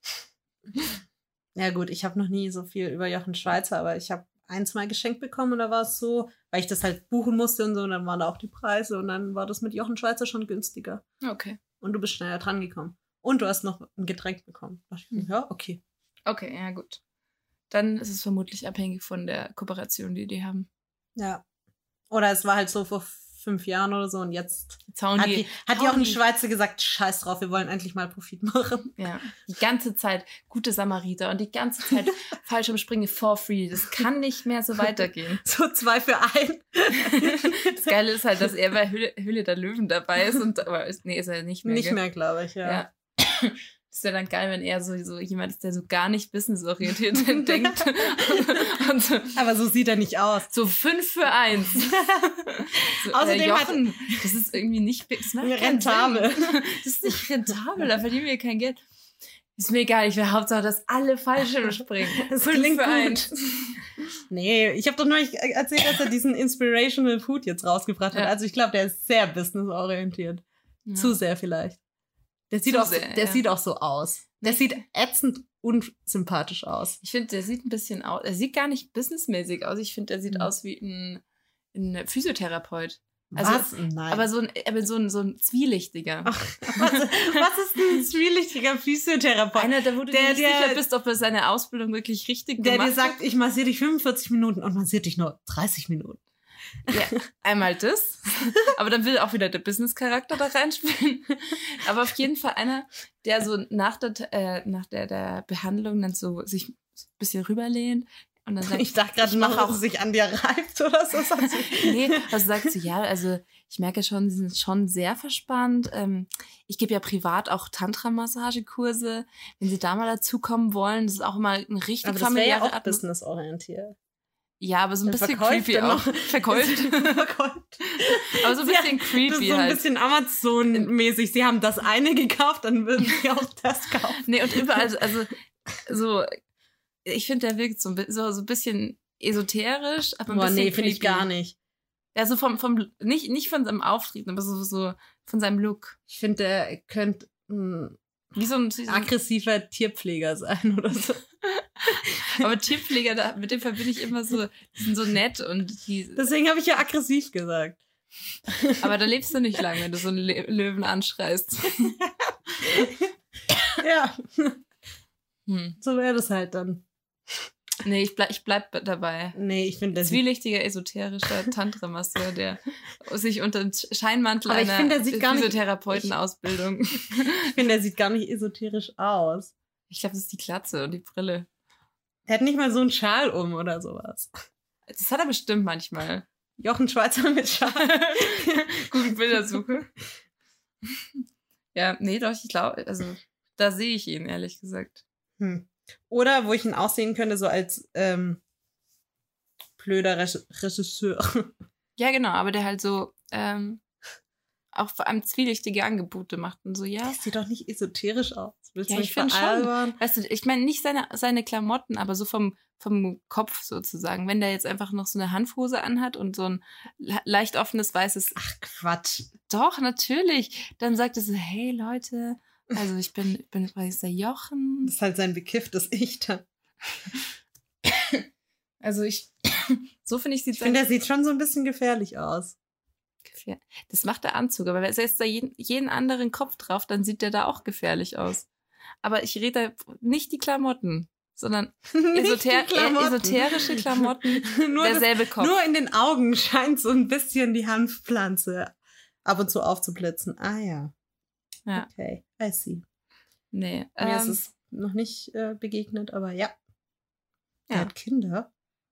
Ja gut, ich habe noch nie so viel über Jochen Schweizer, aber ich habe 1 Mal geschenkt bekommen und da war es so, weil ich das halt buchen musste und so, und dann waren da auch die Preise und dann war das mit Jochen Schweizer schon günstiger. Okay. Und du bist schneller dran gekommen. Und du hast noch ein Getränk bekommen. Da dachte ich, ja, okay. Okay, ja gut. Dann ist es vermutlich abhängig von der Kooperation, die haben. Ja. Oder es war halt so vor 5 Jahren oder so und jetzt Jetzt hauen hat die Jochen Schweizer gesagt, scheiß drauf, wir wollen endlich mal Profit machen. Ja, die ganze Zeit gute Samariter und die ganze Zeit Fallschirmspringen for free. Das kann nicht mehr so weitergehen. So 2 für 1. Das Geile ist halt, dass er bei Höhle der Löwen dabei ist aber ist er nicht mehr. Nicht gell? mehr, glaube ich, ja. Das wäre dann geil, wenn er so jemand ist, der so gar nicht businessorientiert denkt. Und so, Aber so sieht er nicht aus. so 5 für 1. So, Außerdem Jochen, das ist irgendwie nicht das macht keinen rentabel. Sinn. Das ist nicht rentabel, da verdienen wir kein Geld. Ist mir egal, ich will Hauptsache, dass alle Fallschirme springen. Das 5 klingt für gut. 1. Nee, ich habe doch nur erzählt, dass er diesen Inspirational Food jetzt rausgebracht hat. Ja. Also ich glaube, der ist sehr businessorientiert. Ja. Zu sehr vielleicht. Der sieht Zu auch, sehr, der ja. sieht auch so aus. Der Nee. sieht ätzend unsympathisch aus. Ich finde, der sieht ein bisschen aus. Er sieht gar nicht businessmäßig aus. Ich finde, er sieht Hm. aus wie ein Physiotherapeut. Also, Was? Nein. Aber so ein zwielichtiger. was ist ein zwielichtiger Physiotherapeut? Einer, da wo du dir der- nicht der- sicher bist, ob er seine Ausbildung wirklich richtig Der gemacht dir sagt, ich massiere dich 45 Minuten und massiert dich nur 30 Minuten. hat. Ja, einmal das. Aber dann will auch wieder der Business-Charakter da reinspielen. Aber auf jeden Fall einer, der so nach der Behandlung dann so sich ein bisschen rüberlehnt und dann sagt, Ich dachte gerade ich noch, mach dass auch- es sich an dir reibt oder so. Sagt sie. nee, also sagt sie, ja, also ich merke schon, sie sind schon sehr verspannt. Ich gebe ja privat auch Tantra-Massagekurse. Wenn sie da mal dazukommen wollen, das ist auch mal eine richtig Aber das wäre ja familiäre auch businessorientiert. Ja, aber so ein Dann bisschen verkauft creepy er auch. noch. Verkäuft. Verkäuft. Aber so ein Ja, bisschen Das creepy ist so ein halt. bisschen Amazon-mäßig. Sie haben das eine gekauft, dann würden sie auch das kaufen. Nee, und überall, also so, ich finde, der wirkt so ein bisschen esoterisch, aber ein Boah, bisschen nee, finde ich creepy. gar nicht. Ja, so nicht von seinem Auftreten, aber so von seinem Look. Ich finde, der könnte Wie so ein aggressiver Tierpfleger sein oder so. aber Tierpfleger, mit dem verbinde ich immer so, die sind so nett und die, Deswegen habe ich ja aggressiv gesagt. aber da lebst du nicht lange, wenn du so einen Löwen anschreist. Ja, Hm. so wäre das halt dann. Nee, ich bleib dabei. Nee, ich finde, der sieht, Zwielichtiger, esoterischer Tantra-Masseur, der sich unter dem Scheinmantel Aber ich einer finde, der sieht gar nicht- Physiotherapeutenausbildung. ich finde, der sieht gar nicht esoterisch aus. Ich glaube, das ist die Glatze und die Brille. Der hat nicht mal so einen Schal um oder sowas. Das hat er bestimmt manchmal. Jochen Schweizer mit Schal. Google Bildersuche. Ja, nee, doch, ich glaube, also da sehe ich ihn, ehrlich gesagt. Oder wo ich ihn auch sehen könnte, so als blöder Regisseur. Ja, genau, aber der halt so auch vor allem zwielichtige Angebote macht und so, ja. Das sieht doch nicht esoterisch aus. Willst Ja, du ich mich find schon. veralbern? Weißt du, ich meine nicht seine Klamotten, aber so vom Kopf sozusagen. Wenn der jetzt einfach noch so eine Hanfhose anhat und so ein leicht offenes weißes, Ach, Quatsch. doch, natürlich, dann sagt er so, hey Leute, also ich bin übrigens der Jochen. Das ist halt sein bekifftes Ich dann. Also so finde ich, sieht Ich finde, der sieht schon so ein bisschen gefährlich aus. das macht der Anzug, aber setzt da jeden anderen Kopf drauf, dann sieht der da auch gefährlich aus. Aber ich rede da nicht die Klamotten, sondern Nicht die Klamotten. esoterische Klamotten, nur, derselbe Kopf. nur in den Augen scheint so ein bisschen die Hanfpflanze ab und zu aufzublitzen. Ah ja. Ja. Okay, I see. Nee, Mir ist es noch nicht begegnet, aber ja. Er ja. hat Kinder.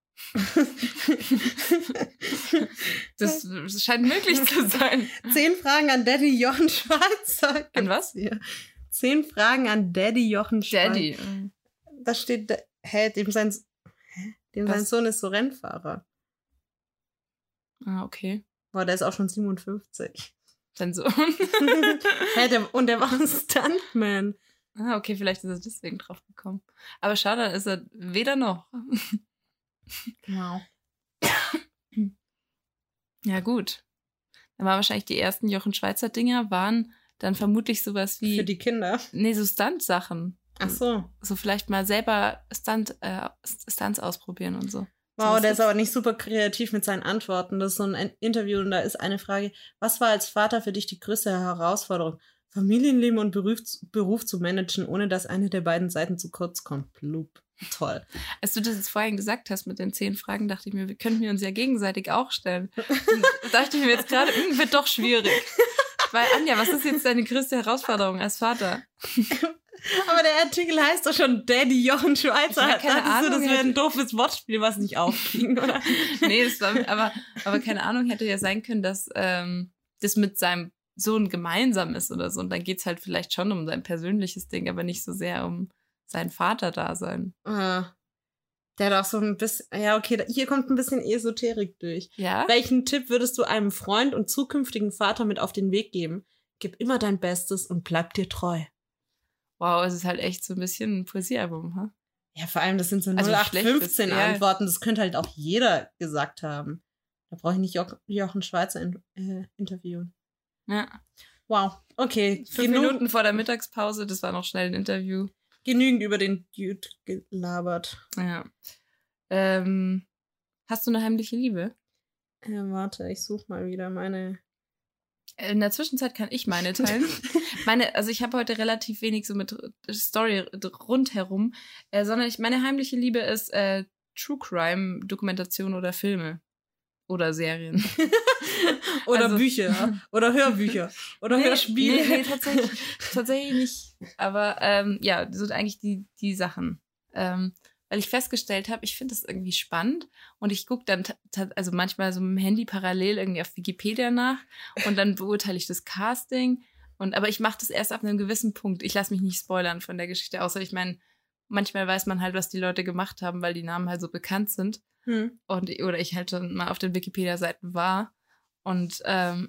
Das scheint möglich zu sein. 10 Fragen an Daddy Jochen Schweizer. An was? Hier. 10 Fragen an Daddy Jochen Schweizer. Daddy. Da steht, dem sein Was? Sohn ist so Rennfahrer. Ah, okay. Boah, der ist auch schon 57. Dann so. Und der war ein Stuntman. Ah, okay, vielleicht ist er deswegen drauf gekommen. Aber schade, dann ist er weder noch. Wow. Ja, gut. Dann waren wahrscheinlich die ersten Jochen Schweizer Dinger, waren dann vermutlich sowas wie. Für die Kinder. Nee, so Stunt-Sachen. Ach so. So vielleicht mal selber Stunts ausprobieren und so. Wow, was der ist- ist aber nicht super kreativ mit seinen Antworten. Das ist so ein Interview und da ist eine Frage, was war als Vater für dich die größte Herausforderung? Familienleben und Beruf zu managen, ohne dass eine der beiden Seiten zu kurz kommt. Blub. Toll. Als du das jetzt vorhin gesagt hast mit den 10 Fragen, dachte ich mir, wir könnten uns ja gegenseitig auch stellen. Und dachte ich mir jetzt gerade, wird doch schwierig. Weil, Anja, was ist jetzt deine größte Herausforderung als Vater? Aber der Artikel heißt doch schon Daddy Jochen Schweizer. Ich hab keine Dachtest du, das Ahnung, wäre ein hätte- doofes Wortspiel, was nicht aufging, oder? Nee, das war, aber keine Ahnung, hätte ja sein können, dass das mit seinem Sohn gemeinsam ist oder so. Und dann geht's halt vielleicht schon um sein persönliches Ding, aber nicht so sehr um sein Vater-Dasein. Ah, der hat auch so ein bisschen, ja okay, hier kommt ein bisschen Esoterik durch. Ja? Welchen Tipp würdest du einem Freund und zukünftigen Vater mit auf den Weg geben? Gib immer dein Bestes und bleib dir treu. wow, es ist halt echt so ein bisschen ein Poesiealbum, ha? Ja, vor allem, das sind so Also 0815 schlecht ist, ja. Antworten. Das könnte halt auch jeder gesagt haben. Da brauche ich nicht Jochen Schweizer interviewen. Ja. Wow, okay. 5 Minuten vor der Mittagspause, das war noch schnell ein Interview. Genügend über den Dude gelabert. Ja. Hast du eine heimliche Liebe? Warte, ich suche mal wieder meine... In der Zwischenzeit kann ich meine teilen. Also ich habe heute relativ wenig so mit Story rundherum, sondern meine heimliche Liebe ist True Crime, Dokumentation oder Filme oder Serien. Oder Also- Bücher. Oder Hörbücher. Oder Hörspiele. Nee, tatsächlich nicht. Aber ja, das sind eigentlich die Sachen. Weil ich festgestellt habe, ich finde das irgendwie spannend und ich gucke dann also manchmal so mit dem Handy parallel irgendwie auf Wikipedia nach und dann beurteile ich das Casting. Aber ich mache das erst ab einem gewissen Punkt. Ich lasse mich nicht spoilern von der Geschichte, außer ich meine, manchmal weiß man halt, was die Leute gemacht haben, weil die Namen halt so bekannt sind. Oder ich halt schon mal auf den Wikipedia-Seiten war. Und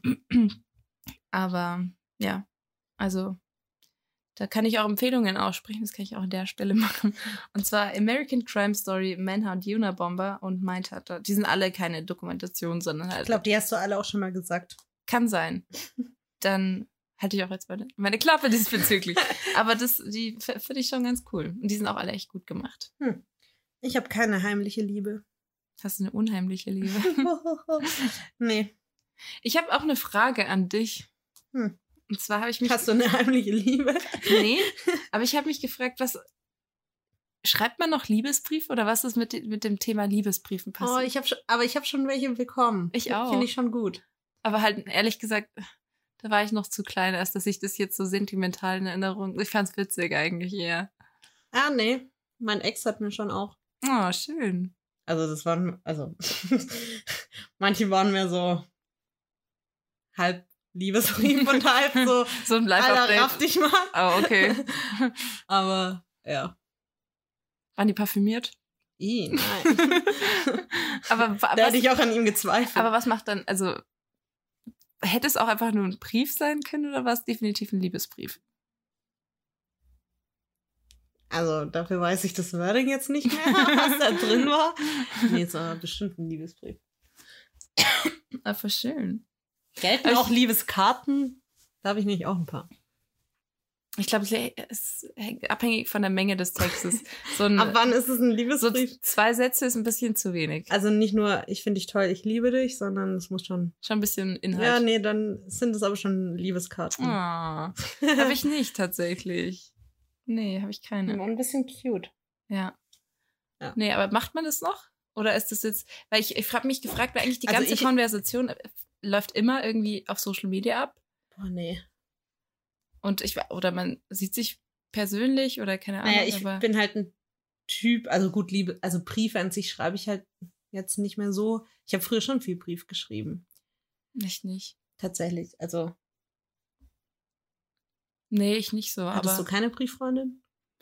aber ja, also da kann ich auch Empfehlungen aussprechen, das kann ich auch an der Stelle machen. Und zwar American Crime Story, Manhunt, Unabomber und Mindhunter. Die sind alle keine Dokumentation, sondern halt. Ich glaube, die hast du alle auch schon mal gesagt. Kann sein. Dann halte ich auch jetzt meine Klappe diesbezüglich. Aber die finde ich schon ganz cool. Und die sind auch alle echt gut gemacht. Ich habe keine heimliche Liebe. Hast du eine unheimliche Liebe? Nee. Ich habe auch eine Frage an dich. Und zwar habe ich mich... Hast du eine heimliche Liebe? Nee, aber ich habe mich gefragt, schreibt man noch Liebesbriefe oder was ist mit dem Thema Liebesbriefen passiert? Ich habe schon welche bekommen. Ich auch. Finde ich schon gut. Aber halt, ehrlich gesagt, da war ich noch zu klein, als dass ich das jetzt so sentimental in Erinnerung... Ich fand's witzig eigentlich eher. Ah, nee. Mein Ex hat mir schon auch... Oh, schön. Also das waren... manche waren mehr so halb Liebesbrief und halb so... So ein Alter, Live-Update. raff dich mal. Oh, okay. Aber, ja. Waren die parfümiert? Nein. Aber Da hätte ich auch an ihm gezweifelt. Aber was macht dann, also hätte es auch einfach nur ein Brief sein können oder war es definitiv ein Liebesbrief? Also dafür weiß ich das Wording jetzt nicht mehr, was da drin war. Nee, es war bestimmt ein Liebesbrief. Aber schön. Gelten auch Liebeskarten? Da habe ich nicht auch ein paar. Ich glaube, es ist abhängig von der Menge des Textes. Ab wann ist es ein So Liebesbrief? 2 Sätze ist ein bisschen zu wenig. Also nicht nur, ich finde dich toll, ich liebe dich, sondern es muss schon... Schon ein bisschen Inhalt. Ja, nee, dann sind es aber schon Liebeskarten. Habe ich nicht tatsächlich. Nee, habe ich keine. Ein bisschen cute. Ja. Ja. Nee, aber macht man das noch? Oder ist das jetzt, weil ich habe mich gefragt, weil eigentlich die Also ganze ich- Konversation läuft immer irgendwie auf Social Media ab. Boah, nee. Und oder man sieht sich persönlich oder keine Ahnung. Naja, ich aber bin halt ein Typ, also gut, also Briefe an sich schreibe ich halt jetzt nicht mehr so. Ich habe früher schon viel Brief geschrieben. ich nicht. Tatsächlich. Also, Nee, ich nicht so. hattest Aber du keine Brieffreundin?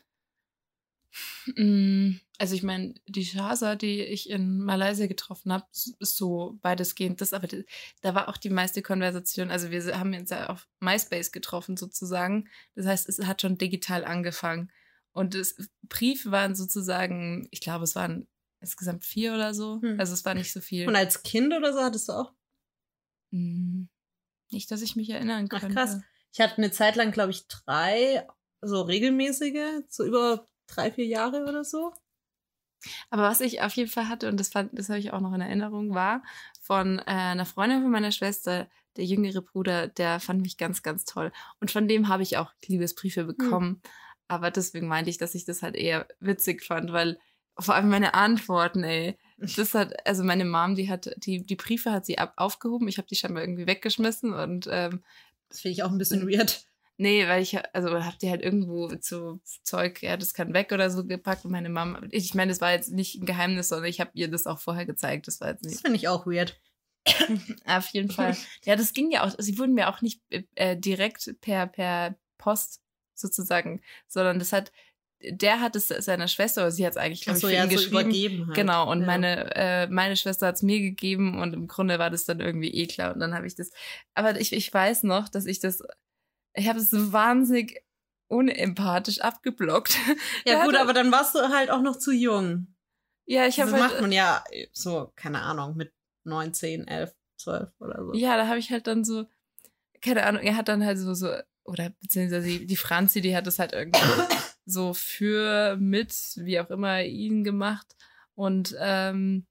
Also ich meine, die Shahza, die ich in Malaysia getroffen habe, ist so weitestgehend das, aber da war auch die meiste Konversation, also wir haben uns ja auf MySpace getroffen sozusagen, das heißt, es hat schon digital angefangen und Briefe waren sozusagen, ich glaube, es waren insgesamt 4 oder so, also es war nicht so viel. Und als Kind oder so hattest du auch? Nicht, dass ich mich erinnern Ach, könnte. krass. Ich hatte eine Zeit lang, glaube ich, 3 so regelmäßige, so über 3-4 Jahre oder so. Aber was ich auf jeden Fall hatte, und das habe ich auch noch in Erinnerung, war von einer Freundin von meiner Schwester, der jüngere Bruder, der fand mich ganz, ganz toll. Und von dem habe ich auch Liebesbriefe bekommen. Aber deswegen meinte ich, dass ich das halt eher witzig fand, weil vor allem meine Antworten, also meine Mom, die Briefe hat sie aufgehoben. Ich habe die scheinbar irgendwie weggeschmissen und Das finde ich auch ein bisschen weird. nee, weil hab die halt irgendwo zu Zeug, ja, das kann weg oder so gepackt und meine Mama, ich meine, das war jetzt nicht ein Geheimnis, sondern ich habe ihr das auch vorher gezeigt, das war jetzt Das nicht. finde ich auch weird. Auf jeden Fall. Ja, das ging ja auch, sie wurden mir auch nicht direkt per Post sozusagen, sondern der hat es seiner Schwester, oder sie hat es eigentlich, glaube ich, für ihn so geschrieben. übergeben halt. Genau, und Ja. meine Schwester hat es mir gegeben und im Grunde war das dann irgendwie klar und dann habe ich das, aber ich weiß noch, dass ich habe es so wahnsinnig unempathisch abgeblockt. Ja Der gut, hatte- aber dann warst du halt auch noch zu jung. Ja, ich Das habe macht halt, man ja so, keine Ahnung, mit 9, 10, 11, 12 oder so. ja, da habe ich halt dann so, keine Ahnung, er hat dann halt so, oder beziehungsweise die Franzi, die hat das halt irgendwie so für, mit, wie auch immer, ihn gemacht. Und dann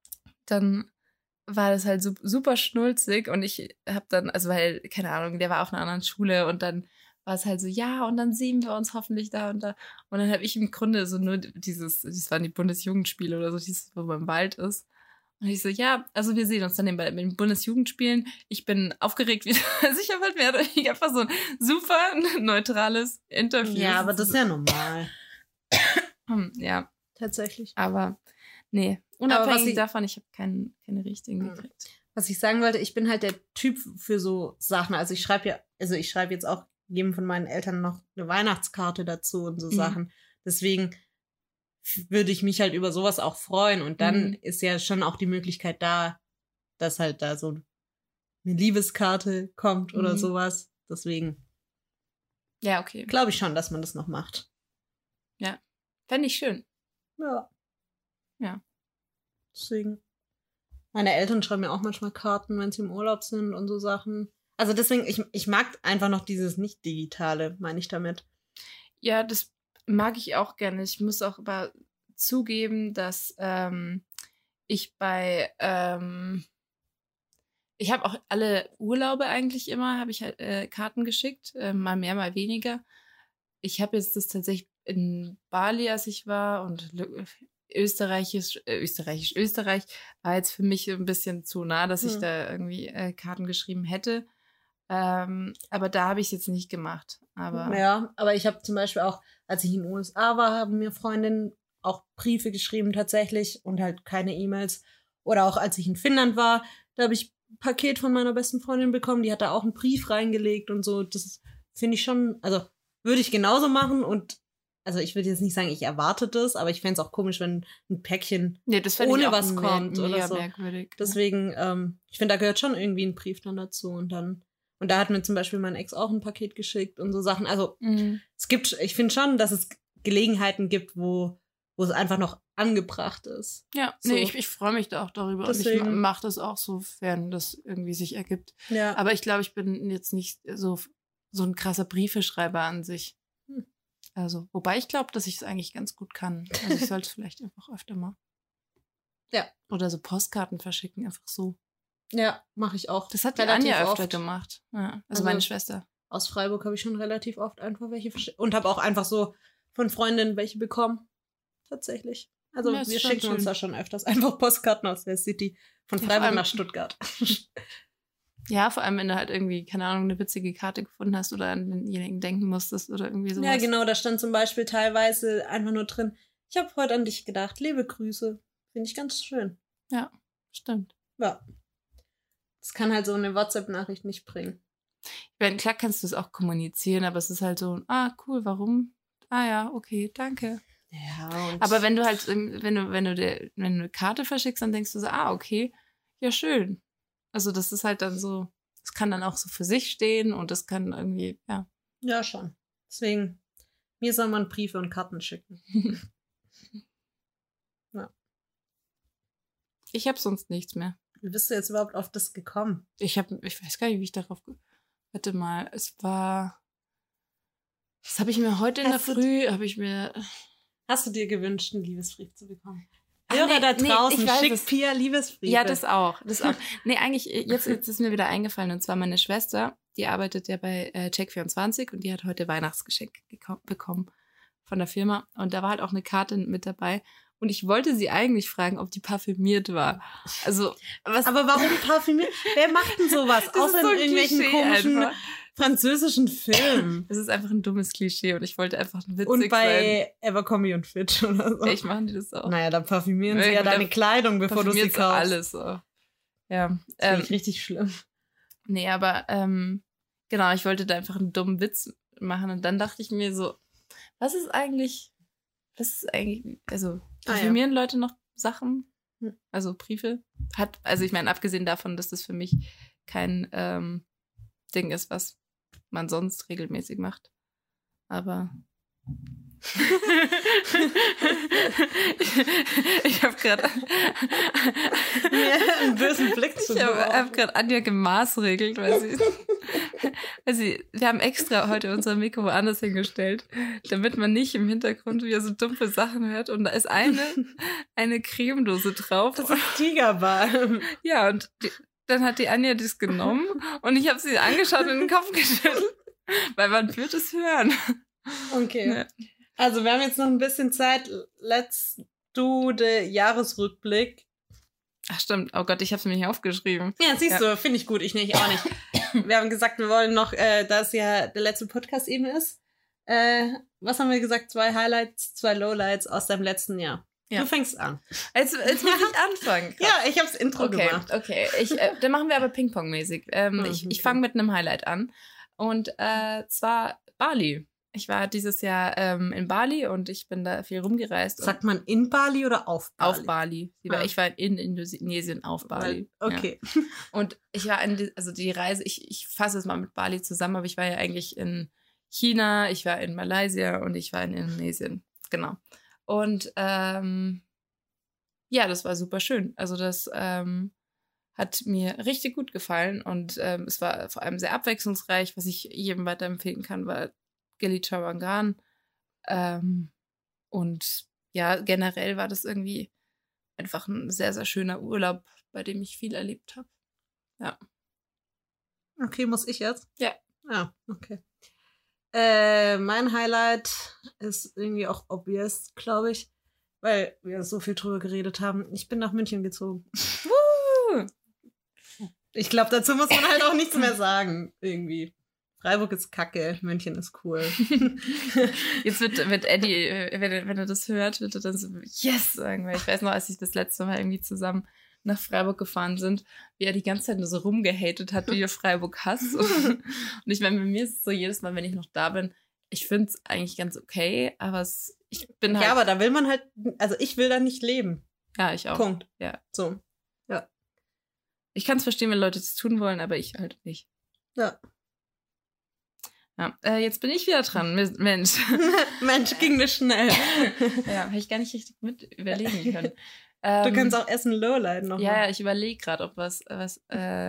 war das halt super schnulzig und ich habe dann, also weil, keine Ahnung, der war auf einer anderen Schule und dann war es halt so, ja, und dann sehen wir uns hoffentlich da und da. Und dann habe ich im Grunde so nur das waren die Bundesjugendspiele oder so, dieses, wo man im Wald ist. Und ich so, ja, also wir sehen uns dann bei den Bundesjugendspielen. Ich bin aufgeregt wieder. Also ich habe halt mehr oder weniger einfach so ein super neutrales Interview. Ja, aber das ist ja normal. Ja, Tatsächlich. aber nee. Aber Unabhängig was davon, ich habe keine richtigen gekriegt. Was ich sagen wollte, ich bin halt der Typ für so Sachen. Also ich schreibe jetzt auch jedem von meinen Eltern noch eine Weihnachtskarte dazu und so Sachen. Deswegen würde ich mich halt über sowas auch freuen. Und dann ist ja schon auch die Möglichkeit da, dass halt da so eine Liebeskarte kommt oder sowas. Deswegen Ja, okay. glaube ich schon, dass man das noch macht. Fände ich schön. Ja. Ja. Deswegen. Meine Eltern schreiben mir auch manchmal Karten, wenn sie im Urlaub sind und so Sachen. Also deswegen, ich mag einfach noch dieses Nicht-Digitale, meine ich damit. Ja, das mag ich auch gerne. Ich muss auch aber zugeben, dass ich ich habe auch alle Urlaube eigentlich immer, habe ich halt Karten geschickt, mal mehr, mal weniger. Ich habe jetzt das tatsächlich in Bali, als ich war, und Österreich war jetzt für mich ein bisschen zu nah, dass ich da irgendwie Karten geschrieben hätte. Aber da habe ich es jetzt nicht gemacht. Aber Ja, aber ich habe zum Beispiel auch, als ich in den USA war, haben mir Freundinnen auch Briefe geschrieben tatsächlich und halt keine E-Mails. Oder auch als ich in Finnland war, da habe ich ein Paket von meiner besten Freundin bekommen, die hat da auch einen Brief reingelegt und so. Das finde ich schon, also würde ich genauso machen und also ich würde jetzt nicht sagen, ich erwarte das, aber ich fände es auch komisch, wenn ein Päckchen das fänd ich ohne auch was kommt oder mega so. merkwürdig. Deswegen, ich finde, da gehört schon irgendwie ein Brief dann dazu und da hat mir zum Beispiel mein Ex auch ein Paket geschickt und so Sachen. Also ich finde schon, dass es Gelegenheiten gibt, wo es einfach noch angebracht ist. Ja, So. nee, ich freue mich da auch darüber. Deswegen. Und ich mache das auch, sofern das irgendwie sich ergibt. Ja. Aber ich glaube, ich bin jetzt nicht so ein krasser Briefeschreiber an sich. Also, wobei ich glaube, dass ich es eigentlich ganz gut kann. Also ich sollte es vielleicht einfach öfter mal. Ja. Oder so Postkarten verschicken, einfach so. Ja, mache ich auch. Das hat die relativ Anja öfter oft. gemacht. Ja, Also meine Schwester. Aus Freiburg habe ich schon relativ oft einfach welche verschickt. Und habe auch einfach so von Freundinnen welche bekommen. Tatsächlich. Also Ja, ist wir schon schicken uns schön. da schon öfters einfach Postkarten aus der City. Von Ja, vor Freiburg allem- nach Stuttgart. Ja, vor allem, wenn du halt irgendwie, keine Ahnung, eine witzige Karte gefunden hast oder an denjenigen denken musstest oder irgendwie sowas. Ja, genau, da stand zum Beispiel teilweise einfach nur drin, ich habe heute an dich gedacht, liebe Grüße. Finde ich ganz schön. Ja, stimmt. Ja. Das kann halt so eine WhatsApp-Nachricht nicht bringen. Ich meine, klar kannst du es auch kommunizieren, aber es ist halt so, cool, warum? Ja, okay, danke. Ja, und Aber wenn du halt, wenn du eine Karte verschickst, dann denkst du so, okay, ja, schön. Also das ist halt dann so, es kann dann auch so für sich stehen und das kann irgendwie, ja. ja, schon. Deswegen, mir soll man Briefe und Karten schicken. Ja. Ich habe sonst nichts mehr. Wie bist du jetzt überhaupt auf das gekommen? Ich weiß gar nicht, wie ich darauf, warte mal, das habe ich mir heute in der Früh, Hast du dir gewünscht, einen Liebesbrief zu bekommen? Ach, Hörer nee, da nee, draußen, ich weiß schickt es. Pia Liebesbriefe. Ja, das auch. Nee, eigentlich, jetzt ist mir wieder eingefallen. Und zwar meine Schwester, die arbeitet ja bei Check24 und die hat heute Weihnachtsgeschenk bekommen von der Firma. Und da war halt auch eine Karte mit dabei. Und ich wollte sie eigentlich fragen, ob die parfümiert war. Also, Aber warum parfümiert? Wer macht denn sowas? Das ist Außer so in ein irgendwelchen Klischee komischen einfach. französischen Filmen. Es ist einfach ein dummes Klischee und ich wollte einfach witzig Und sein. bei Abercrombie und Fitch oder so. Echt, machen die das auch? Naja, dann parfümieren sie Ja, ja gut, deine dann Kleidung, bevor du sie Parfümiert so kaufst. alles so. Ja. Das finde ich richtig schlimm. Nee, aber genau, ich wollte da einfach einen dummen Witz machen und dann dachte ich mir so, was ist eigentlich, also parfümieren Leute noch Sachen? Also Briefe? Also ich meine, abgesehen davon, dass das für mich kein Ding ist, was man sonst regelmäßig macht. aber ich habe gerade einen bösen Blick zu hab gerade Anja gemaßregelt, weil wir haben extra heute unser Mikro woanders hingestellt, damit man nicht im Hintergrund wieder so dumpfe Sachen hört. Und da ist eine Cremedose drauf. Das ist Tigerbalm. Ja, und dann hat die Anja das genommen und ich habe sie angeschaut und in den Kopf geschüttelt, weil man wird es hören. Okay. Ja. Also wir haben jetzt noch ein bisschen Zeit. Let's do the Jahresrückblick. Ach stimmt, oh Gott, ich habe es mir nicht aufgeschrieben. Ja, siehst du, finde ich gut, ich nicht, auch nicht. Wir haben gesagt, wir wollen noch, da es ja der letzte Podcast eben ist, was haben wir gesagt? 2 Highlights, 2 Lowlights aus deinem letzten Jahr. Ja. Du fängst an. Jetzt muss ich anfangen. Ja, ich habe das Intro gemacht. Okay, dann machen wir aber Ping-Pong-mäßig. Ich fange mit einem Highlight an. Und zwar Bali. Ich war dieses Jahr in Bali und ich bin da viel rumgereist. Sagt man in Bali oder auf Bali? Auf Bali. Ich war in Indonesien auf Bali. Okay. Ja. Und ich war die Reise, ich fasse es mal mit Bali zusammen, aber ich war ja eigentlich in China, ich war in Malaysia und ich war in Indonesien. Genau. Und ja, das war super schön. Also das hat mir richtig gut gefallen und es war vor allem sehr abwechslungsreich. Was ich jedem weiterempfehlen kann, war Gili Trawangan. Und ja, generell war das irgendwie einfach ein sehr, sehr schöner Urlaub, bei dem ich viel erlebt habe. Ja. Okay, muss ich jetzt? Ja. Ah, okay. Mein Highlight ist irgendwie auch obvious, glaube ich, weil wir so viel drüber geredet haben. Ich bin nach München gezogen. Ich glaube, dazu muss man halt auch nichts mehr sagen, irgendwie. Freiburg ist kacke, München ist cool. Jetzt wird Eddie, wenn er das hört, wird er dann so yes sagen, weil ich weiß noch, als ich das letzte Mal irgendwie zusammen nach Freiburg gefahren sind, wie er die ganze Zeit nur so rumgehatet hat, wie er Freiburg hasst. Und ich meine, bei mir ist es so, jedes Mal, wenn ich noch da bin, ich finde es eigentlich ganz okay, aber ich bin halt... Ja, aber da will man halt, also ich will da nicht leben. Ja, ich auch. Punkt. Ja. So. Ja. Ich kann es verstehen, wenn Leute das tun wollen, aber ich halt nicht. Ja. Ja, jetzt bin ich wieder dran. Mensch. Mensch, ging das schnell. Ja, habe ich gar nicht richtig mit überlegen können. Du kannst auch Essen Lowlight noch. Ja, ich überlege gerade, ob was was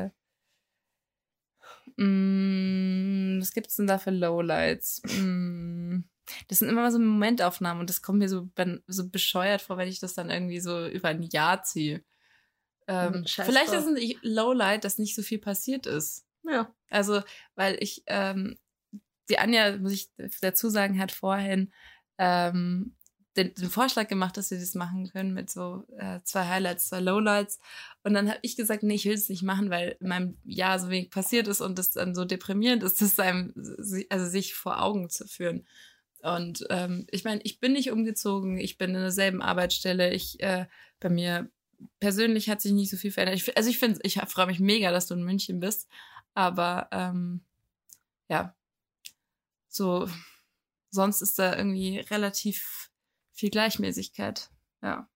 gibt's denn da für Lowlights? Das sind immer mal so Momentaufnahmen und das kommt mir so bescheuert vor, wenn ich das dann irgendwie so über ein Jahr ziehe. Vielleicht ist es ein Lowlight, dass nicht so viel passiert ist. Ja. Also, weil ich, die Anja, muss ich dazu sagen, hat vorhin den Vorschlag gemacht, dass wir das machen können mit so 2 Highlights, 2 Lowlights. Und dann habe ich gesagt, nee, ich will es nicht machen, weil in meinem Jahr so wenig passiert ist und das dann so deprimierend ist, das einem, also sich vor Augen zu führen. Und ich meine, ich bin nicht umgezogen, ich bin in derselben Arbeitsstelle, bei mir persönlich hat sich nicht so viel verändert. Ich freue mich mega, dass du in München bist, aber ja, so sonst ist da irgendwie relativ viel Gleichmäßigkeit. Ja.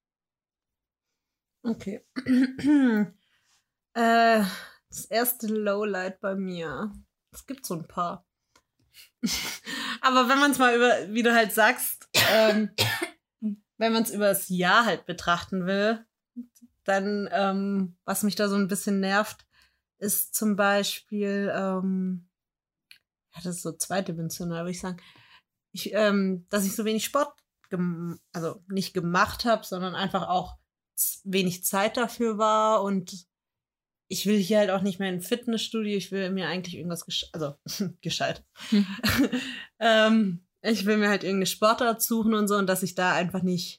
Okay. Das erste Lowlight bei mir. Es gibt so ein paar. Aber wenn man es mal wie du halt sagst, wenn man es über das Jahr halt betrachten will, dann, was mich da so ein bisschen nervt, ist zum Beispiel, ja, das ist so zweidimensional, würde ich sagen, dass ich so wenig Sport, also nicht gemacht habe, sondern einfach auch wenig Zeit dafür war und ich will hier halt auch nicht mehr in ein Fitnessstudio, ich will mir eigentlich irgendwas gescheit. Ich will mir halt irgendeine Sportart suchen und so und dass ich da einfach nicht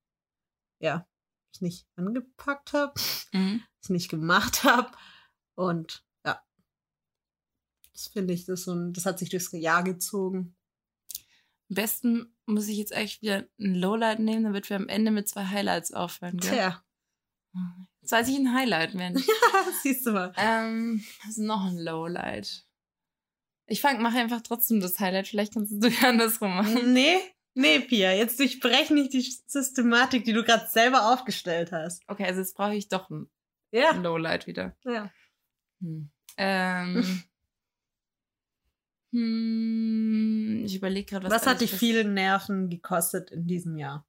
angepackt habe, es nicht gemacht habe und ja, das finde ich, das hat sich durchs Jahr gezogen. Am besten muss ich jetzt eigentlich wieder ein Lowlight nehmen, damit wir am Ende mit 2 Highlights aufhören, gell? Tja. Jetzt weiß ich ein Highlight, Mensch. Ja, siehst du mal. Was ist noch ein Lowlight? Ich mache einfach trotzdem das Highlight. Vielleicht kannst du es andersrum machen. Nee, Pia, jetzt durchbrech nicht die Systematik, die du gerade selber aufgestellt hast. Okay, also jetzt brauche ich doch ein Lowlight wieder. Ja. Ich überlege gerade, Was hat dich alles viele Nerven gekostet in diesem Jahr?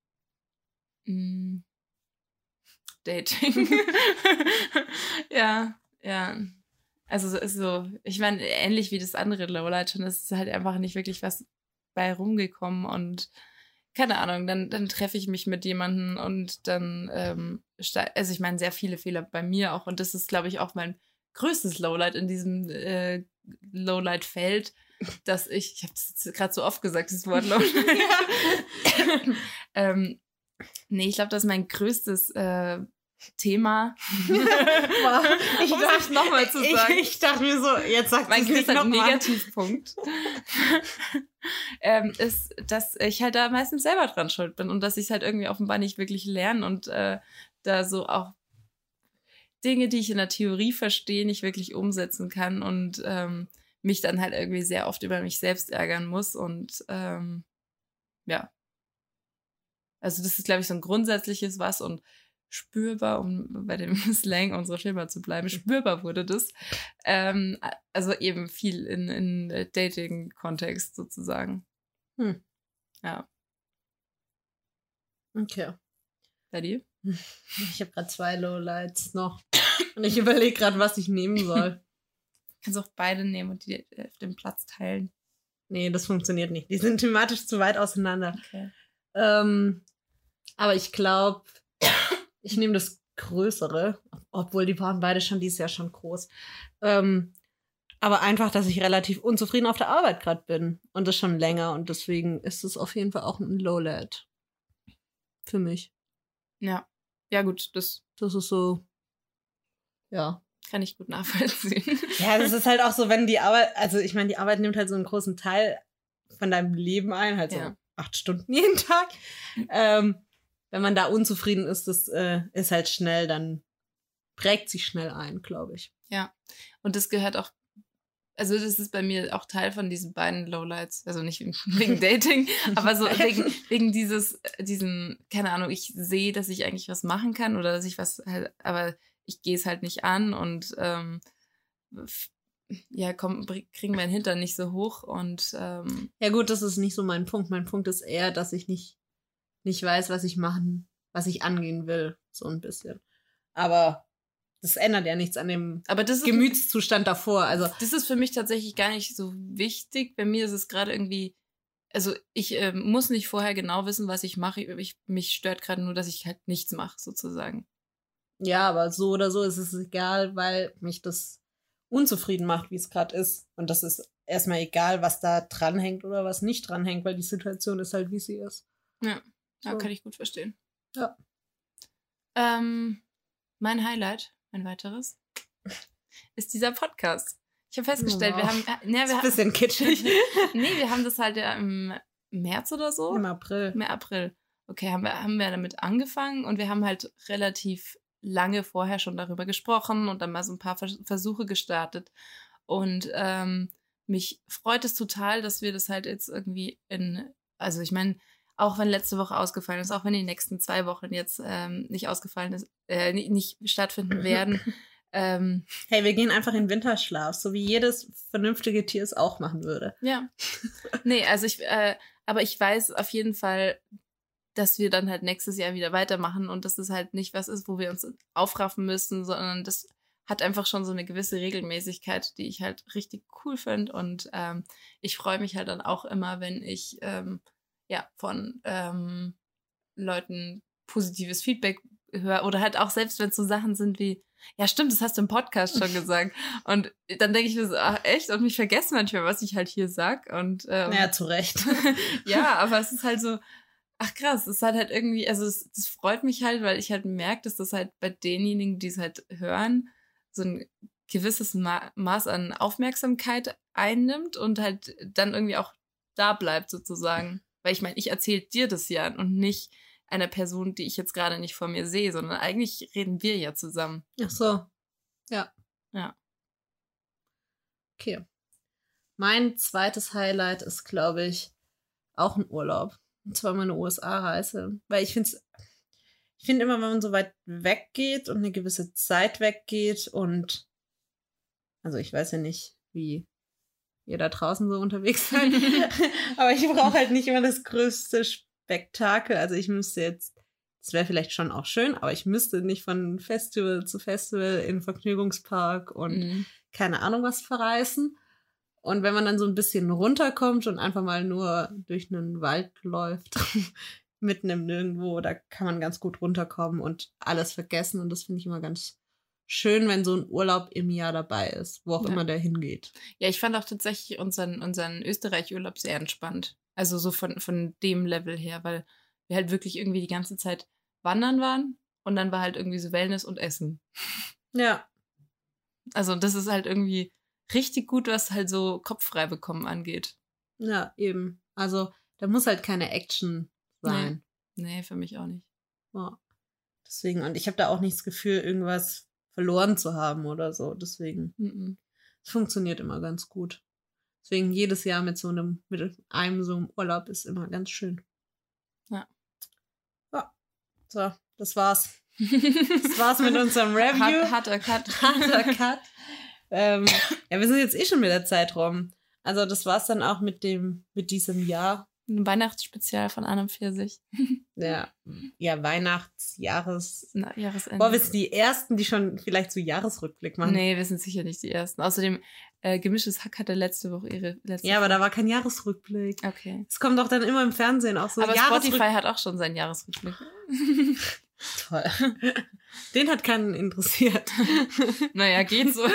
Dating. Ja. Also ich meine, ähnlich wie das andere Lowlight schon, es ist halt einfach nicht wirklich was bei rumgekommen und keine Ahnung, dann treffe ich mich mit jemandem und dann, also ich meine, sehr viele Fehler bei mir auch und das ist, glaube ich, auch mein größtes Lowlight in diesem Lowlight-Feld, dass ich habe das gerade so oft gesagt, das Wort Lowlight. Nee, ich glaube, das ist mein größtes Thema. Wow. Ich dachte nochmal zu sagen. Ich dachte mir so, jetzt sagt mein es nicht größter nochmal. Negativpunkt ist, dass ich halt da meistens selber dran schuld bin und dass ich es halt irgendwie offenbar nicht wirklich lerne und da so auch Dinge, die ich in der Theorie verstehe, nicht wirklich umsetzen kann und mich dann halt irgendwie sehr oft über mich selbst ärgern muss und ja. Also das ist, glaube ich, so ein grundsätzliches was und spürbar, um bei dem Slang unserer Schimmer zu bleiben, spürbar wurde das. Also eben viel in Dating-Kontext sozusagen. Ja. Okay. Bei dir? Ich habe gerade 2 Lowlights noch. Und ich überlege gerade, was ich nehmen soll. Kannst auch beide nehmen und die auf dem Platz teilen. Nee, das funktioniert nicht. Die sind thematisch zu weit auseinander. Okay. Aber ich glaube, ich nehme das Größere, obwohl die waren beide schon dieses Jahr schon groß. Aber einfach, dass ich relativ unzufrieden auf der Arbeit gerade bin. Und das schon länger. Und deswegen ist es auf jeden Fall auch ein Lowlight. Für mich. Ja. Ja, gut, das ist so, ja. kann ich gut nachvollziehen. Ja, das ist halt auch so, wenn die Arbeit, also ich meine, die Arbeit nimmt halt so einen großen Teil von deinem Leben ein, halt so 8 Stunden jeden Tag. Wenn man da unzufrieden ist, das ist halt schnell, dann prägt sich schnell ein, glaube ich. Ja, und das gehört auch, also das ist bei mir auch Teil von diesen beiden Lowlights, also nicht wegen Dating, aber so wegen diesen, keine Ahnung, ich sehe, dass ich eigentlich was machen kann oder dass ich was halt, aber ich gehe es halt nicht an und kriegen meinen Hintern nicht so hoch und ja gut, das ist nicht so mein Punkt. Mein Punkt ist eher, dass ich nicht weiß, was ich angehen will, so ein bisschen. Aber das ändert ja nichts an dem Gemütszustand davor. Also das ist für mich tatsächlich gar nicht so wichtig. Bei mir ist es gerade irgendwie, also ich muss nicht vorher genau wissen, was ich mache. Mich stört gerade nur, dass ich halt nichts mache, sozusagen. Ja, aber so oder so ist es egal, weil mich das unzufrieden macht, wie es gerade ist. Und das ist erstmal egal, was da dranhängt oder was nicht dranhängt, weil die Situation ist halt, wie sie ist. Ja, so. Kann ich gut verstehen. Ja. Mein Highlight, ein weiteres, ist dieser Podcast. Ich habe festgestellt, wir haben... ist ein bisschen kitschig. Nee, wir haben das halt ja im März oder so. Im April. Im April. Okay, haben wir damit angefangen und wir haben halt relativ lange vorher schon darüber gesprochen und dann mal so ein paar Versuche gestartet. Und mich freut es total, dass wir das halt jetzt irgendwie also ich meine, auch wenn letzte Woche ausgefallen ist, auch wenn die nächsten 2 Wochen jetzt nicht ausgefallen ist, nicht stattfinden werden. Hey, wir gehen einfach in Winterschlaf, so wie jedes vernünftige Tier es auch machen würde. Ja. Nee, also aber ich weiß auf jeden Fall, dass wir dann halt nächstes Jahr wieder weitermachen und dass es halt nicht was ist, wo wir uns aufraffen müssen, sondern das hat einfach schon so eine gewisse Regelmäßigkeit, die ich halt richtig cool finde und ich freue mich halt dann auch immer, wenn ich von Leuten positives Feedback höre oder halt auch selbst, wenn es so Sachen sind wie, ja stimmt, das hast du im Podcast schon gesagt und dann denke ich mir so, ach echt, und ich vergesse manchmal, was ich halt hier sag und naja, zu Recht. Ja, aber es ist halt so, ach krass, es hat halt irgendwie, also das freut mich halt, weil ich halt merke, dass das halt bei denjenigen, die es halt hören, so ein gewisses Maß an Aufmerksamkeit einnimmt und halt dann irgendwie auch da bleibt sozusagen. Weil ich meine, ich erzähle dir das ja und nicht einer Person, die ich jetzt gerade nicht vor mir sehe, sondern eigentlich reden wir ja zusammen. Ach so. Ja. Ja. Okay. Mein zweites Highlight ist, glaube ich, auch ein Urlaub. Und zwar meine USA-Reise. Weil ich finde immer, wenn man so weit weggeht und eine gewisse Zeit weggeht und also ich weiß ja nicht, wie ihr da draußen so unterwegs seid. Aber ich brauche halt nicht immer das größte Spektakel. Also ich müsste jetzt, das wäre vielleicht schon auch schön, aber ich müsste nicht von Festival zu Festival in Vergnügungspark und keine Ahnung was verreißen. Und wenn man dann so ein bisschen runterkommt und einfach mal nur durch einen Wald läuft, mitten im Nirgendwo, da kann man ganz gut runterkommen und alles vergessen. Und das finde ich immer ganz schön, wenn so ein Urlaub im Jahr dabei ist, wo auch immer der hingeht. Ja, ich fand auch tatsächlich unseren Österreich-Urlaub sehr entspannt. Also so von dem Level her, weil wir halt wirklich irgendwie die ganze Zeit wandern waren und dann war halt irgendwie so Wellness und Essen. Ja. Also das ist halt irgendwie richtig gut, was halt so kopffrei bekommen angeht. Ja, eben. Also da muss halt keine Action sein. Nee, für mich auch nicht. Ja. Deswegen, und ich habe da auch nicht das Gefühl, irgendwas verloren zu haben oder so. Deswegen, es funktioniert immer ganz gut. Deswegen jedes Jahr mit einem so einem Urlaub ist immer ganz schön. Ja. Ja. So, das war's. Das war's mit unserem Review. Harter Cut. Harter Cut. Ja, wir sind jetzt schon mit der Zeit rum. Also das war's dann auch mit diesem Jahr. Ein Weihnachtsspezial von Anne und Pfirsich. Ja, Jahresende. Boah, wir sind die Ersten, die schon vielleicht so Jahresrückblick machen. Nee, wir sind sicher nicht die Ersten. Außerdem, Gemischtes Hack hatte letzte Woche ihre letzte Ja, aber da war kein Jahresrückblick. Okay. Es kommt doch dann immer im Fernsehen auch so. Aber Spotify hat auch schon seinen Jahresrückblick. Toll. Den hat keinen interessiert. Naja, geht so.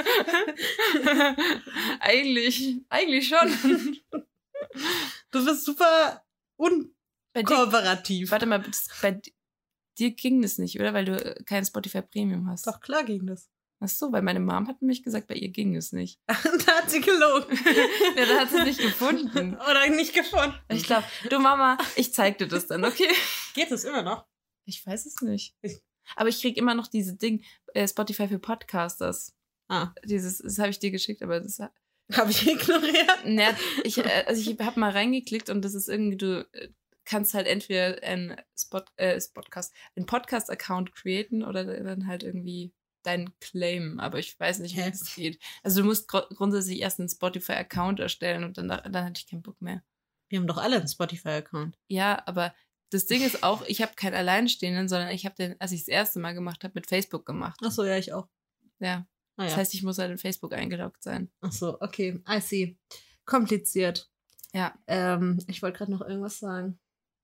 Eigentlich schon. Du bist super unkooperativ. Warte mal, bei dir ging das nicht, oder? Weil du kein Spotify Premium hast. Doch, klar ging das. Ach so, weil meine Mom hat nämlich gesagt, bei ihr ging es nicht. Da hat sie gelogen. Ja, da hat sie es nicht gefunden. Oder nicht gefunden. Ich glaube, du Mama, ich zeig dir das dann, okay? Geht es immer noch? Ich weiß es nicht. Aber ich krieg immer noch diese Ding, Spotify für Podcasters. Das habe ich dir geschickt, aber das habe ich ignoriert. Ja, ich habe mal reingeklickt und das ist irgendwie, du kannst halt entweder einen Podcast-Account createn oder dann halt irgendwie deinen Claim, aber ich weiß nicht, wie das geht. Also du musst grundsätzlich erst einen Spotify-Account erstellen und dann hatte ich keinen Bock mehr. Wir haben doch alle einen Spotify-Account. Ja, aber das Ding ist auch, ich habe keinen Alleinstehenden, sondern ich habe den, als ich das erste Mal gemacht habe, mit Facebook gemacht. Ach so, ja, ich auch. Ja. Das heißt, ich muss halt in Facebook eingeloggt sein. Ach so, okay. I see. Kompliziert. Ja. Ich wollte gerade noch irgendwas sagen.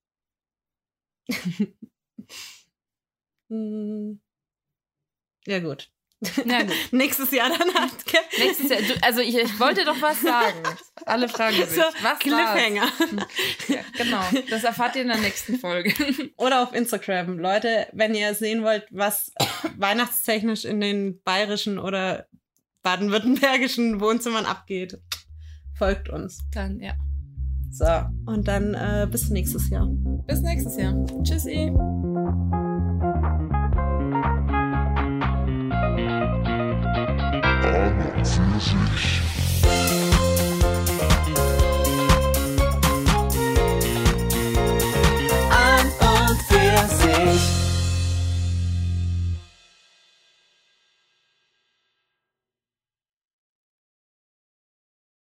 Ja, gut. Ja, gut. Nächstes Jahr dann halt, gell? Nächstes Jahr. Ich wollte doch was sagen. Alle fragen sich. So, was Cliffhanger. Ja, genau. Das erfahrt ihr in der nächsten Folge. Oder auf Instagram. Leute, wenn ihr sehen wollt, was weihnachtstechnisch in den bayerischen oder baden-württembergischen Wohnzimmern abgeht, folgt uns. Dann, ja. So, und dann bis nächstes Jahr. Bis nächstes Jahr. Tschüssi. Physics.